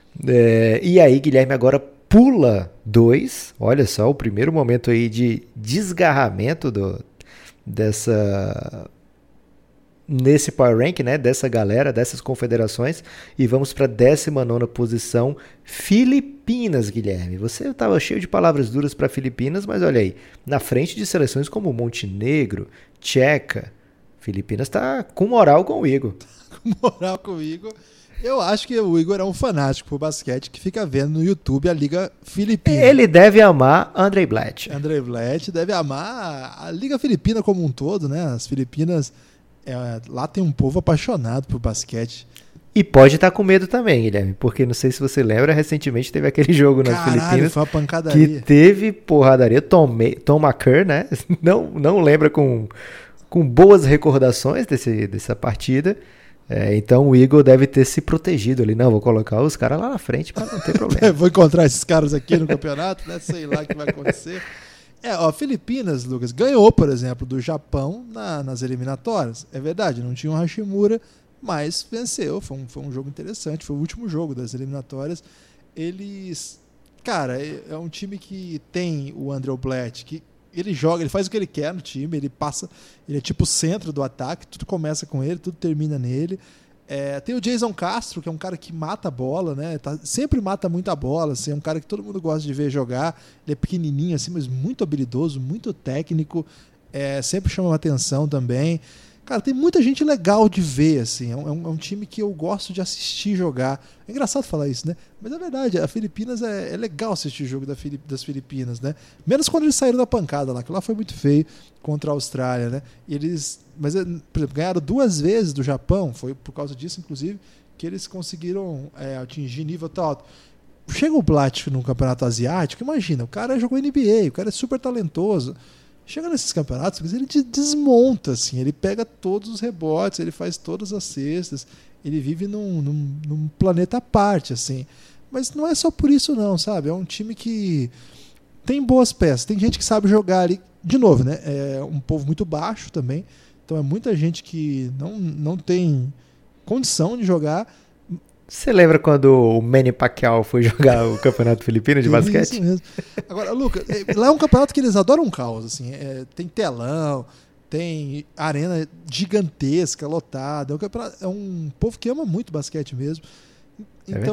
E aí, Guilherme, agora pula 2. Olha só, o primeiro momento aí de desgarramento nesse Power Rank, né, dessa galera, dessas confederações, e vamos para a 19ª posição, Filipinas, Guilherme. Você estava cheio de palavras duras para Filipinas, mas olha aí, na frente de seleções como Montenegro, Tcheca, Filipinas está com moral com o Igor. Com moral com o Igor. Eu acho que o Igor é um fanático por basquete que fica vendo no YouTube a Liga Filipina. Ele deve amar Andrei Blat. Andrei Blat deve amar a Liga Filipina como um todo, né? As Filipinas, lá tem um povo apaixonado por basquete. E pode estar com medo também, Guilherme, porque não sei se você lembra, recentemente teve aquele jogo nas Filipinas foi uma pancadaria. Que teve porradaria. Tom McCurr, né? Não lembra com boas recordações dessa partida. Então o Eagle deve ter se protegido ali. Não, vou colocar os caras lá na frente para não ter problema. Vou encontrar esses caras aqui no campeonato, né? Sei lá o que vai acontecer. Filipinas, Lucas, ganhou, por exemplo, do Japão nas eliminatórias. É verdade, não tinha o Hashimura, mas venceu. Foi um jogo interessante. Foi o último jogo das eliminatórias. Eles... Cara, é um time que tem o Andrei Blat, que ele joga, ele faz o que ele quer no time, ele é tipo o centro do ataque, tudo começa com ele, tudo termina nele. Tem o Jason Castro, que é um cara que mata a bola, né? Sempre mata muita bola, assim, é um cara que todo mundo gosta de ver jogar. Ele é pequenininho, assim, mas muito habilidoso, muito técnico, sempre chama atenção também. Cara, tem muita gente legal de ver, assim. É um time que eu gosto de assistir jogar. É engraçado falar isso, né? Mas é verdade, a Filipinas é legal assistir o jogo das Filipinas, né? Menos quando eles saíram da pancada lá, que lá foi muito feio contra a Austrália, né? Mas, por exemplo, ganharam 2 vezes do Japão, foi por causa disso, inclusive, que eles conseguiram atingir nível tão alto. Chega o Blat no campeonato asiático, imagina, o cara jogou NBA, o cara é super talentoso. Chega nesses campeonatos, ele desmonta, assim, ele pega todos os rebotes, ele faz todas as cestas, ele vive num planeta à parte, assim. Mas não é só por isso não, sabe? É um time que tem boas peças, tem gente que sabe jogar ali, de novo, né? É um povo muito baixo também, então é muita gente que não tem condição de jogar. Você lembra quando o Manny Pacquiao foi jogar o campeonato filipino de basquete? Isso mesmo. Agora, Lucas, lá é um campeonato que eles adoram um caos, assim, tem telão, tem arena gigantesca, lotada, é um povo que ama muito basquete mesmo. Então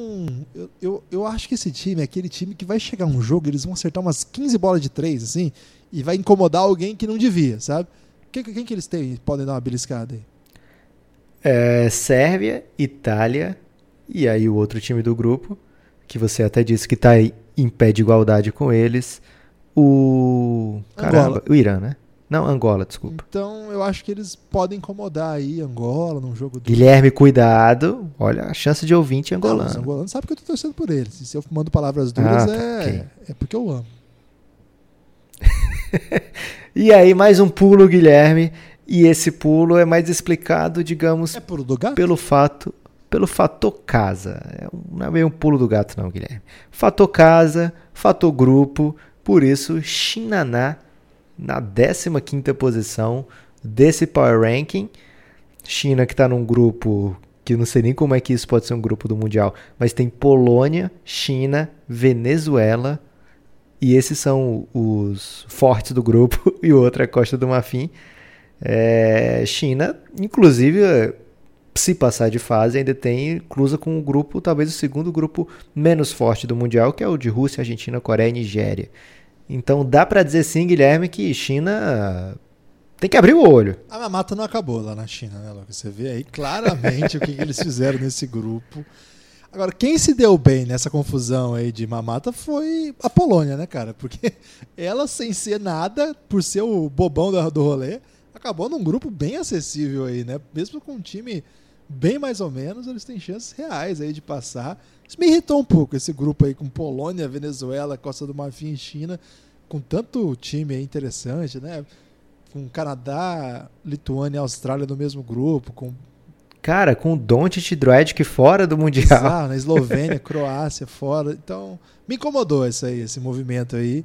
eu acho que esse time é aquele time que vai chegar um jogo, eles vão acertar umas 15 bolas de 3, assim, e vai incomodar alguém que não devia, sabe? Quem que eles podem dar uma beliscada aí? Sérvia, Itália e aí o outro time do grupo, que você até disse que está em pé de igualdade com eles, o Irã, né? Não, Angola, desculpa. Então eu acho que eles podem incomodar aí Angola num jogo Guilherme, cuidado, olha a chance de ouvinte angolano. Não, os angolanos sabem que eu estou torcendo por eles. Se eu mando palavras duras okay. É porque eu amo. E aí mais um pulo, Guilherme. E esse pulo é mais explicado, digamos, pulo do gato? pelo fator casa. Não é bem um pulo do gato não, Guilherme. Fator casa, fator grupo, por isso Xinaná na 15ª posição desse Power Ranking. China que está num grupo que eu não sei nem como é que isso pode ser um grupo do Mundial, mas tem Polônia, China, Venezuela, e esses são os fortes do grupo, e o outro é a Costa do Marfim. China, inclusive, se passar de fase, ainda cruza com o grupo, talvez o segundo grupo menos forte do Mundial, que é o de Rússia, Argentina, Coreia e Nigéria. Então dá pra dizer sim, Guilherme, que China tem que abrir o olho. A mamata não acabou lá na China, né, Lucas? Você vê aí claramente o que eles fizeram nesse grupo. Agora, quem se deu bem nessa confusão aí de mamata foi a Polônia, né, cara? Porque ela, sem ser nada, por ser o bobão do rolê, acabou num grupo bem acessível aí, né? Mesmo com um time bem mais ou menos, eles têm chances reais aí de passar. Isso me irritou um pouco, esse grupo aí com Polônia, Venezuela, Costa do Marfim e China, com tanto time aí interessante, né? Com Canadá, Lituânia e Austrália no mesmo grupo, com o Doncic e Dragic fora do Mundial. Exato, na Eslovênia, Croácia fora. Então, me incomodou esse movimento aí.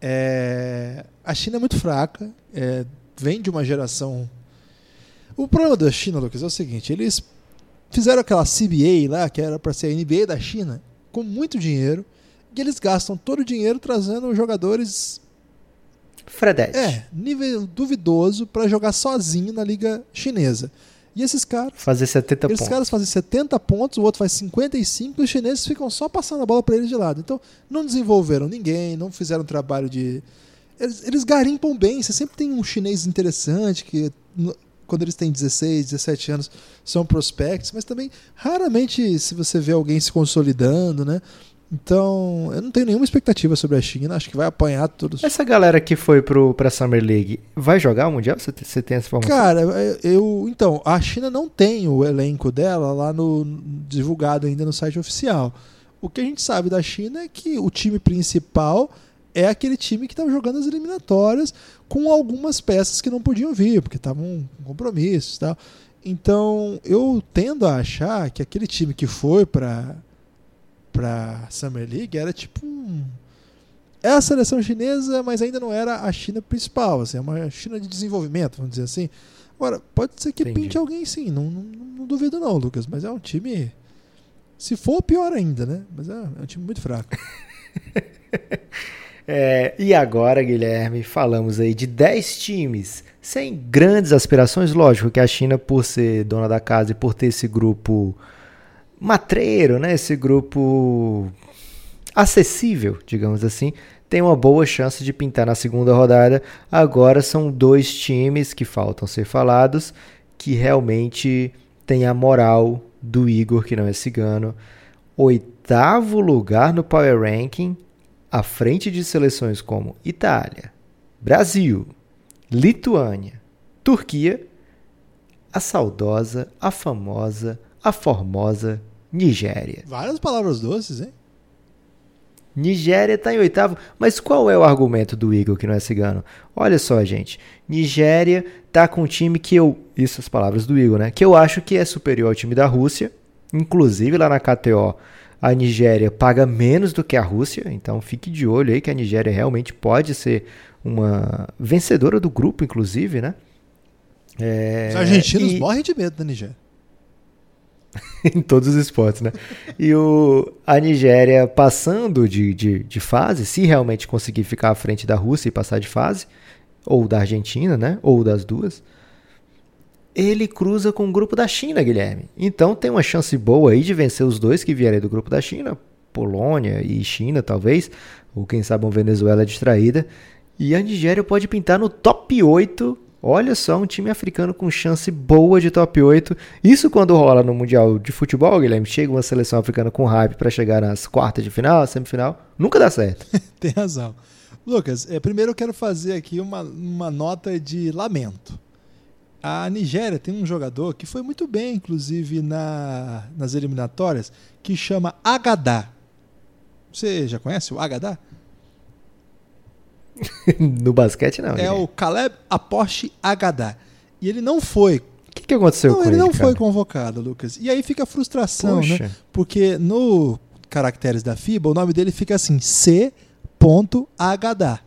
A China é muito fraca, vem de uma geração... O problema da China, Lucas, é o seguinte, eles fizeram aquela CBA lá, que era para ser a NBA da China, com muito dinheiro, e eles gastam todo o dinheiro trazendo jogadores... Fredete. Nível duvidoso para jogar sozinho na liga chinesa. E esses caras... Fazer 70 pontos. Esses caras fazem 70 pontos, o outro faz 55, e os chineses ficam só passando a bola para eles de lado. Então, não desenvolveram ninguém, não fizeram trabalho de... Eles garimpam bem, você sempre tem um chinês interessante que quando eles têm 16, 17 anos, são prospects, mas também raramente se você vê alguém se consolidando, né? Então, eu não tenho nenhuma expectativa sobre a China, acho que vai apanhar todos. Essa galera que foi pra Summer League, vai jogar o Mundial? Você tem essa informação? Cara, então, a China não tem o elenco dela lá no divulgado ainda no site oficial. O que a gente sabe da China é que o time principal é aquele time que estava jogando as eliminatórias com algumas peças que não podiam vir, porque estavam com compromissos e tal. Então, eu tendo a achar que aquele time que foi para Summer League era tipo é a seleção chinesa, mas ainda não era a China principal, assim, é uma China de desenvolvimento, vamos dizer assim. Agora, pode ser que pinte alguém sim, não duvido não, Lucas, mas é um time, se for, pior ainda, né? Mas é um time muito fraco. E agora, Guilherme, falamos aí de 10 times sem grandes aspirações. Lógico que a China, por ser dona da casa e por ter esse grupo matreiro, né? Esse grupo acessível, digamos assim, tem uma boa chance de pintar na segunda rodada. Agora são 2 times que faltam ser falados, que realmente tem a moral do Igor, que não é cigano. 8º lugar no Power Ranking, à frente de seleções como Itália, Brasil, Lituânia, Turquia, a saudosa, a famosa, a formosa Nigéria. Várias palavras doces, hein? Nigéria está em 8º, mas qual é o argumento do Igor, que não é cigano? Olha só, gente, Nigéria tá com um time que isso as palavras do Igor, né? Que eu acho que é superior ao time da Rússia, inclusive lá na KTO, a Nigéria paga menos do que a Rússia, então fique de olho aí que a Nigéria realmente pode ser uma vencedora do grupo, inclusive, né? Os argentinos morrem de medo da Nigéria. Em todos os esportes, né? E a Nigéria passando de fase, se realmente conseguir ficar à frente da Rússia e passar de fase, ou da Argentina, né? Ou das duas, ele cruza com o grupo da China, Guilherme. Então tem uma chance boa aí de vencer os 2 que vierem do grupo da China, Polônia e China, talvez, ou quem sabe uma Venezuela distraída. E a Nigéria pode pintar no top 8. Olha só, um time africano com chance boa de top 8. Isso quando rola no Mundial de Futebol, Guilherme, chega uma seleção africana com hype para chegar nas quartas de final, semifinal, nunca dá certo. Tem razão. Lucas, primeiro eu quero fazer aqui uma nota de lamento. A Nigéria tem um jogador que foi muito bem, inclusive, nas eliminatórias, que chama Agadá. Você já conhece o Agadá? No basquete, não. É o Caleb Apoche Agadá. E ele não foi. O que aconteceu com ele? Ele não foi convocado, Lucas. E aí fica a frustração, Poxa, né? Porque no caracteres da FIBA, o nome dele fica assim, C.Agadá.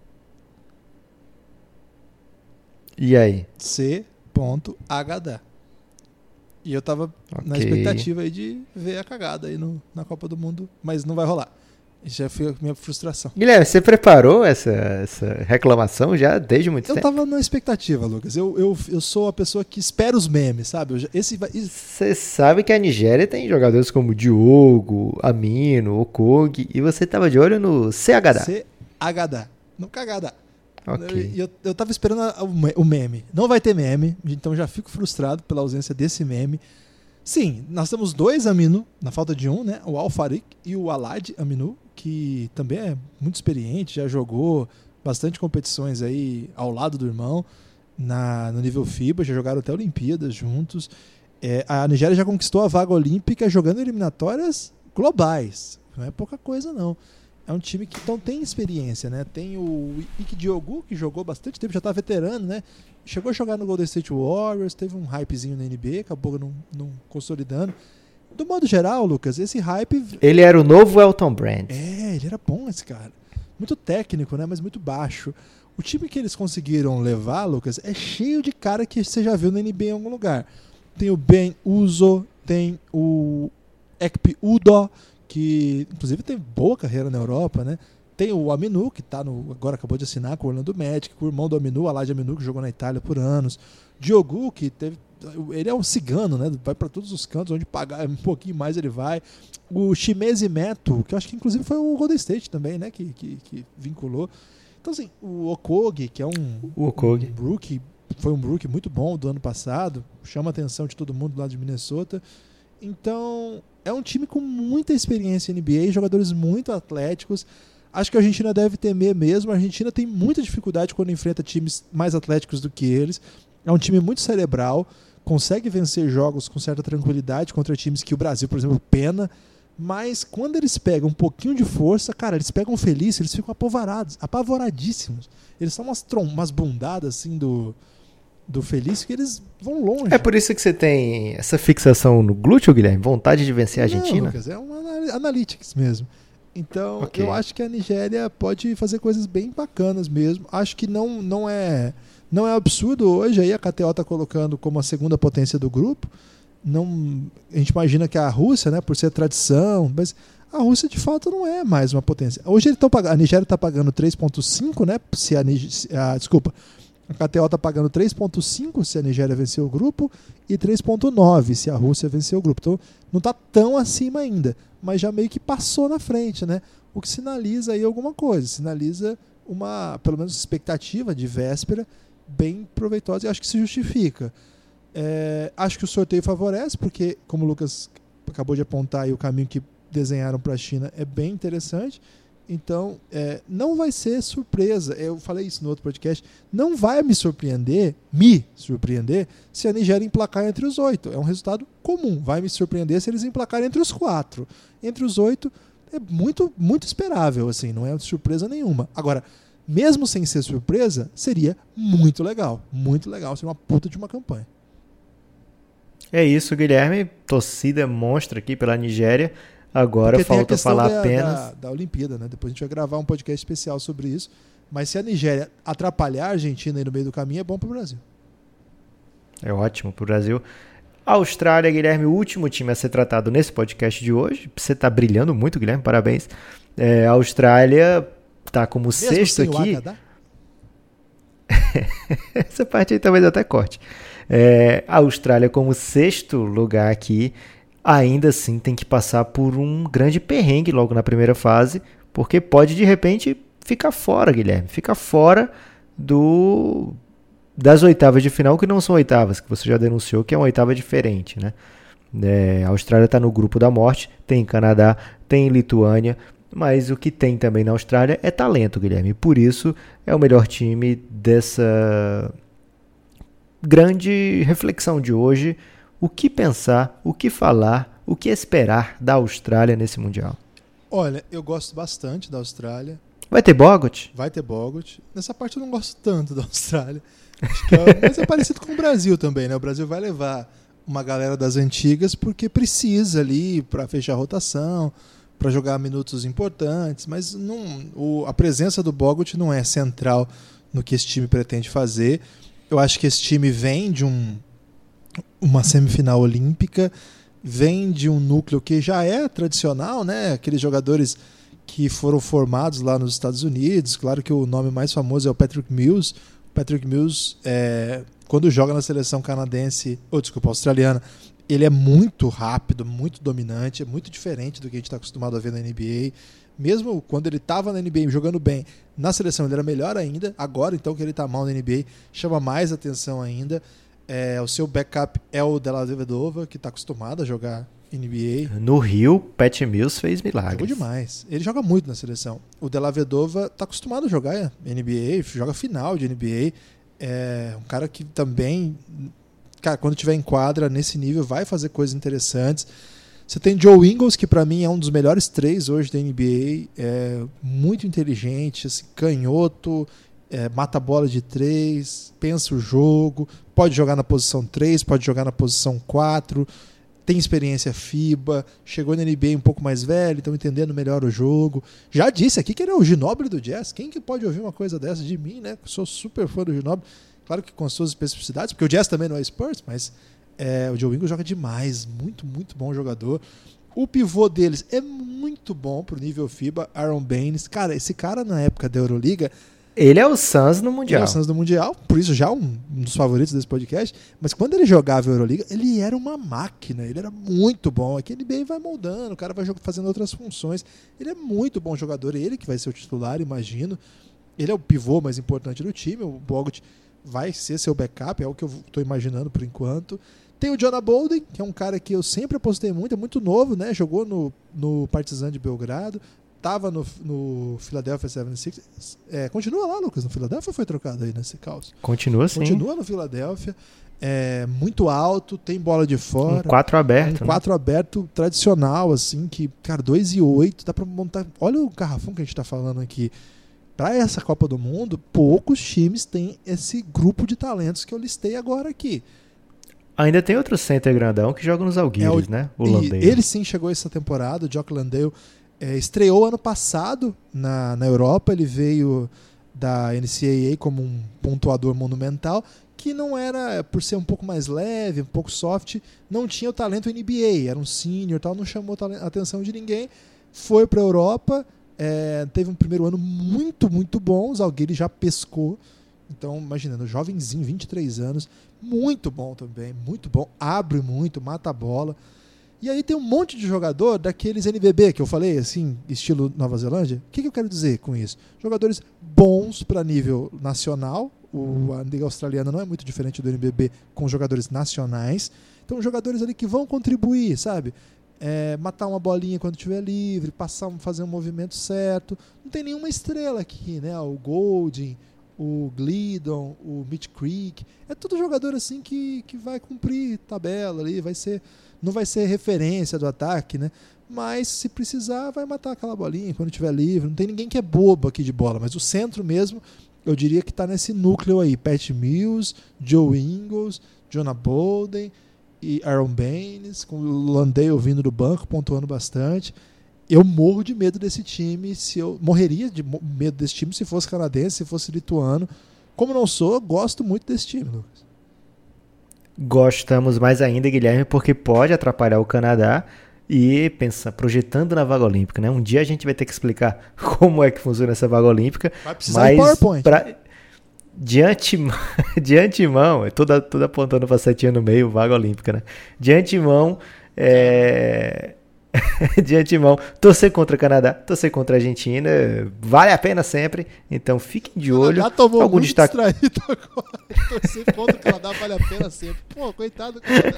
E aí? C.Agadá. E eu tava na expectativa aí de ver a cagada aí na Copa do Mundo, mas não vai rolar. Já foi a minha frustração. Guilherme, você preparou essa reclamação já desde muito tempo? Eu tava na expectativa, Lucas. Eu sou a pessoa que espera os memes, sabe? Você sabe que a Nigéria tem jogadores como Diogo, Amino, Okogi, e você tava de olho no CHDA. CHDA, no Cagada. Ok. Eu tava esperando o meme. Não vai ter meme, então já fico frustrado pela ausência desse meme. Sim, nós temos 2 Aminu, na falta de um, né? O Al-Farik e o Alad Aminu, que também é muito experiente, já jogou bastante competições aí ao lado do irmão, no nível FIBA, já jogaram até Olimpíadas juntos. A Nigéria já conquistou a vaga olímpica jogando eliminatórias globais. Não é pouca coisa, não. É um time que então tem experiência, né? Tem o Ike Diogu, que jogou bastante tempo, já tá veterano, né? Chegou a jogar no Golden State Warriors, teve um hypezinho na NBA, acabou não consolidando. Do modo geral, Lucas, esse hype... Ele era o novo Elton Brand. Ele era bom, esse cara. Muito técnico, né? Mas muito baixo. O time que eles conseguiram levar, Lucas, é cheio de cara que você já viu na NBA em algum lugar. Tem o Ben Uzo, tem o Ekpe Udoh, que inclusive tem boa carreira na Europa, né? Tem o Aminu, que agora acabou de assinar com o Orlando Magic, com o irmão do Aminu, Alad Aminu, que jogou na Itália por anos. Diogu, que ele é um cigano, né? Vai para todos os cantos, onde pagar um pouquinho mais ele vai. O Shimezi Meto, que eu acho que inclusive foi o Golden State também, né? Que vinculou. Então, assim, o Okogi, que é um rookie foi um rookie muito bom do ano passado, chama a atenção de todo mundo lá de Minnesota. Então, é um time com muita experiência em NBA, jogadores muito atléticos. Acho que a Argentina deve temer mesmo. A Argentina tem muita dificuldade quando enfrenta times mais atléticos do que eles. É um time muito cerebral, consegue vencer jogos com certa tranquilidade contra times que o Brasil, por exemplo, pena. Mas quando eles pegam um pouquinho de força, cara, eles pegam Felício, eles ficam apavoradíssimos. Eles são umas bundadas assim do Felício que eles vão longe. É por isso que você tem essa fixação no glúteo, Guilherme? Vontade de vencer a Argentina? Não, Lucas, é uma analytics mesmo. Então, okay. Eu acho que a Nigéria pode fazer coisas bem bacanas mesmo. Acho que não é absurdo hoje. Aí a KTO está colocando como a segunda potência do grupo. A gente imagina que a Rússia, né, por ser tradição, mas a Rússia de fato não é mais uma potência. Hoje a Nigéria está pagando 3,5, né? Desculpa. A KTO está pagando 3,5 se a Nigéria vencer o grupo e 3,9 se a Rússia vencer o grupo. Então não está tão acima ainda, mas já meio que passou na frente, né? O que sinaliza aí alguma coisa, sinaliza uma, pelo menos, expectativa de véspera bem proveitosa e acho que se justifica. Acho que o sorteio favorece, porque, como o Lucas acabou de apontar, aí, o caminho que desenharam para a China é bem interessante. Então, não vai ser surpresa. Eu falei isso no outro podcast. Não vai me surpreender, se a Nigéria emplacar entre os 8. É um resultado comum. Vai me surpreender se eles emplacarem entre os 4. Entre os 8 é muito, muito esperável, assim, não é surpresa nenhuma. Agora, mesmo sem ser surpresa, seria muito legal. Muito legal, seria uma puta de uma campanha. É isso, Guilherme. Torcida monstra aqui pela Nigéria. Agora porque falta falar apenas da Olimpíada, né? Depois a gente vai gravar um podcast especial sobre isso. Mas se a Nigéria atrapalhar a Argentina aí no meio do caminho, é bom para o Brasil. É ótimo para o Brasil. Austrália, Guilherme, o último time a ser tratado nesse podcast de hoje. Você está brilhando muito, Guilherme, parabéns. A Austrália está como mesmo sexto aqui. Essa parte aí talvez até corte. A Austrália como sexto lugar aqui. Ainda assim tem que passar por um grande perrengue logo na primeira fase, porque pode de repente ficar fora, Guilherme, ficar fora das oitavas de final, que não são oitavas, que você já denunciou que é uma oitava diferente, né? A Austrália está no grupo da morte, tem Canadá, tem Lituânia, mas o que tem também na Austrália é talento, Guilherme, por isso é o melhor time dessa grande reflexão de hoje. O que pensar, o que falar, o que esperar da Austrália nesse Mundial? Olha, eu gosto bastante da Austrália. Vai ter Bogut? Vai ter Bogut. Nessa parte eu não gosto tanto da Austrália. Acho que mas é parecido com o Brasil também, né? O Brasil vai levar uma galera das antigas porque precisa ali para fechar a rotação, para jogar minutos importantes, mas a presença do Bogut não é central no que esse time pretende fazer. Eu acho que esse time vem de uma semifinal olímpica, vem de um núcleo que já é tradicional, né? Aqueles jogadores que foram formados lá nos Estados Unidos. Claro que o nome mais famoso é o Patrick Mills. O Patrick Mills, quando joga na seleção australiana, ele é muito rápido, muito dominante, é muito diferente do que a gente está acostumado a ver na NBA. Mesmo quando ele estava na NBA jogando bem, na seleção ele era melhor ainda. Agora, então, que ele está mal na NBA, chama mais atenção ainda. O seu backup é o Della Vedova, que está acostumado a jogar NBA. No Rio, Pat Mills fez milagres. Jogou demais. Ele joga muito na seleção. O Della Vedova está acostumado a jogar NBA, joga final de NBA. É um cara que também, cara, quando tiver em quadra nesse nível, vai fazer coisas interessantes. Você tem Joe Ingles, que para mim é um dos melhores 3 hoje da NBA. É muito inteligente, assim, canhoto, mata a bola de 3, pensa o jogo, pode jogar na posição 3, pode jogar na posição 4, tem experiência FIBA, chegou na NBA um pouco mais velho, então entendendo melhor o jogo. Já disse aqui que ele é o Ginóbili do Jazz. Quem que pode ouvir uma coisa dessa de mim, né? Sou super fã do Ginóbili. Claro que com suas especificidades, porque o Jazz também não é Spurs, mas o Joe Ingles joga demais, muito, muito bom jogador. O pivô deles é muito bom pro nível FIBA, Aaron Baines. Cara, esse cara na época da Euroliga, ele é o Suns no Mundial. Ele é o Suns no Mundial, por isso já um dos favoritos desse podcast. Mas quando ele jogava a Euroliga, ele era uma máquina, ele era muito bom. Aqui a NBA vai moldando, o cara vai fazendo outras funções. Ele é muito bom jogador, ele que vai ser o titular, imagino. Ele é o pivô mais importante do time. O Bogut vai ser seu backup, é o que eu estou imaginando por enquanto. Tem o Jonah Bolden, que é um cara que eu sempre apostei muito, é muito novo, né? Jogou no Partizan de Belgrado, estava no Philadelphia 76ers. Continua lá, Lucas, no Philadelphia, ou foi trocado aí nesse caos? Continua sim. Continua no Philadelphia. Muito alto, tem bola de fora. 4 aberto. 4 aberto tradicional, assim, que, cara, 2,8, dá pra montar. Olha o garrafão que a gente tá falando aqui. Pra essa Copa do Mundo, poucos times têm esse grupo de talentos que eu listei agora aqui. Ainda tem outro center grandão que joga nos Alguires, né? O Landale. Ele sim chegou essa temporada, o Jock Landale. Estreou ano passado na Europa, ele veio da NCAA como um pontuador monumental, que não era, por ser um pouco mais leve, um pouco soft, não tinha o talento NBA, era um senior, tal, não chamou a atenção de ninguém, foi para a Europa, teve um primeiro ano muito, muito bom, o Zalgiris já pescou, então imaginando, jovenzinho, 23 anos, muito bom também, muito bom, abre muito, mata a bola. E aí tem um monte de jogador daqueles NBB que eu falei, assim, estilo Nova Zelândia. O que eu quero dizer com isso? Jogadores bons para nível nacional. A Liga Australiana não é muito diferente do NBB com jogadores nacionais. Então, jogadores ali que vão contribuir, sabe? Matar uma bolinha quando estiver livre, fazer um movimento certo. Não tem nenhuma estrela aqui, né? O Golding, o Glidon, o Mitch Creek. É tudo jogador assim que vai cumprir tabela ali, não vai ser referência do ataque, né? Mas se precisar, vai matar aquela bolinha quando estiver livre. Não tem ninguém que é bobo aqui de bola, mas o centro mesmo, eu diria que está nesse núcleo aí. Pat Mills, Joe Ingles, Jonah Bolden e Aaron Baines, com o Landale vindo do banco, pontuando bastante. Eu morro de medo desse time, morreria de medo desse time se fosse canadense, se fosse lituano. Como não sou, eu gosto muito desse time, Lucas. Gostamos mais ainda, Guilherme, porque pode atrapalhar o Canadá e projetando na vaga olímpica, né? Um dia a gente vai ter que explicar como é que funciona essa vaga olímpica. Vai precisar de PowerPoint. De antemão, toda apontando para setinha no meio, vaga olímpica, né? De antemão, de antemão, torcer contra o Canadá, torcer contra a Argentina, vale a pena sempre, então fiquem de olho. Já tomou algum muito destaque distraído agora, torcer contra o Canadá vale a pena sempre. Pô, coitado do Canadá.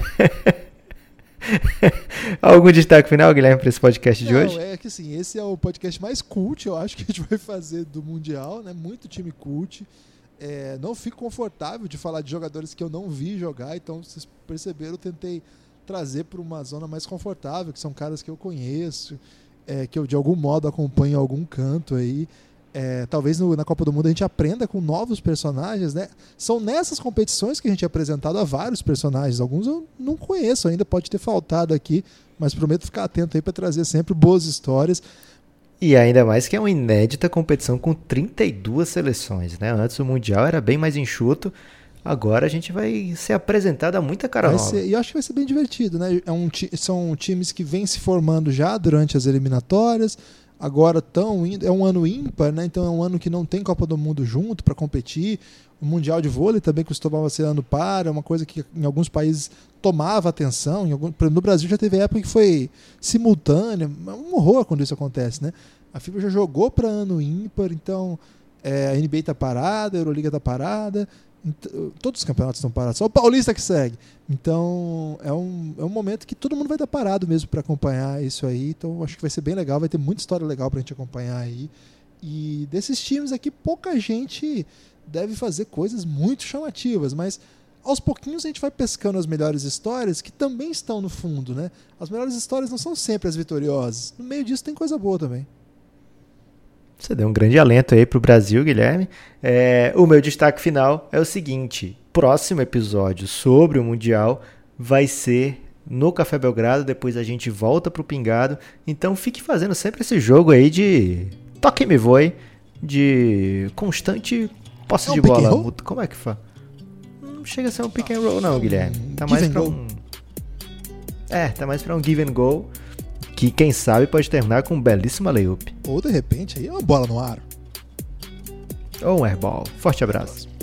Algum destaque final, Guilherme, para esse podcast de hoje? É que assim, esse é o podcast mais cult, eu acho que a gente vai fazer do Mundial, né? Muito time cult. Não fico confortável de falar de jogadores que eu não vi jogar, então vocês perceberam, eu tentei trazer para uma zona mais confortável, que são caras que eu conheço, que eu de algum modo acompanho em algum canto aí. Talvez na Copa do Mundo a gente aprenda com novos personagens, né? São nessas competições que a gente é apresentado a vários personagens. Alguns eu não conheço ainda, pode ter faltado aqui, mas prometo ficar atento aí para trazer sempre boas histórias. E ainda mais que é uma inédita competição com 32 seleções, né? Antes o Mundial era bem mais enxuto. Agora a gente vai ser apresentado a muita cara nova. E eu acho que vai ser bem divertido, né? São times que vêm se formando já durante as eliminatórias. Agora é um ano ímpar, né? Então é um ano que não tem Copa do Mundo junto para competir. O Mundial de Vôlei também costumava ser ano par, é uma coisa que em alguns países tomava atenção. No Brasil já teve época que foi simultânea. É um horror quando isso acontece, né? A FIBA já jogou para ano ímpar, então a NBA está parada, a Euroliga está parada. Todos os campeonatos estão parados, só o Paulista que segue. Então é um momento que todo mundo vai estar parado mesmo para acompanhar isso aí. Então acho que vai ser bem legal, vai ter muita história legal para a gente acompanhar aí. E desses times aqui, pouca gente deve fazer coisas muito chamativas, mas aos pouquinhos a gente vai pescando as melhores histórias que também estão no fundo, né? As melhores histórias não são sempre as vitoriosas. No meio disso tem coisa boa também. Você deu um grande alento aí pro Brasil, Guilherme. O meu destaque final é o seguinte: próximo episódio sobre o Mundial vai ser no Café Belgrado, depois a gente volta pro Pingado. Então fique fazendo sempre esse jogo aí de toque e me voe, de constante posse de bola. Como é que faz? Não chega a ser um pick and roll não, Guilherme. Tá mais pra tá mais pra um give and go, que quem sabe pode terminar com um belíssima layup. Ou de repente aí é uma bola no ar. Ou um airball. Forte abraço.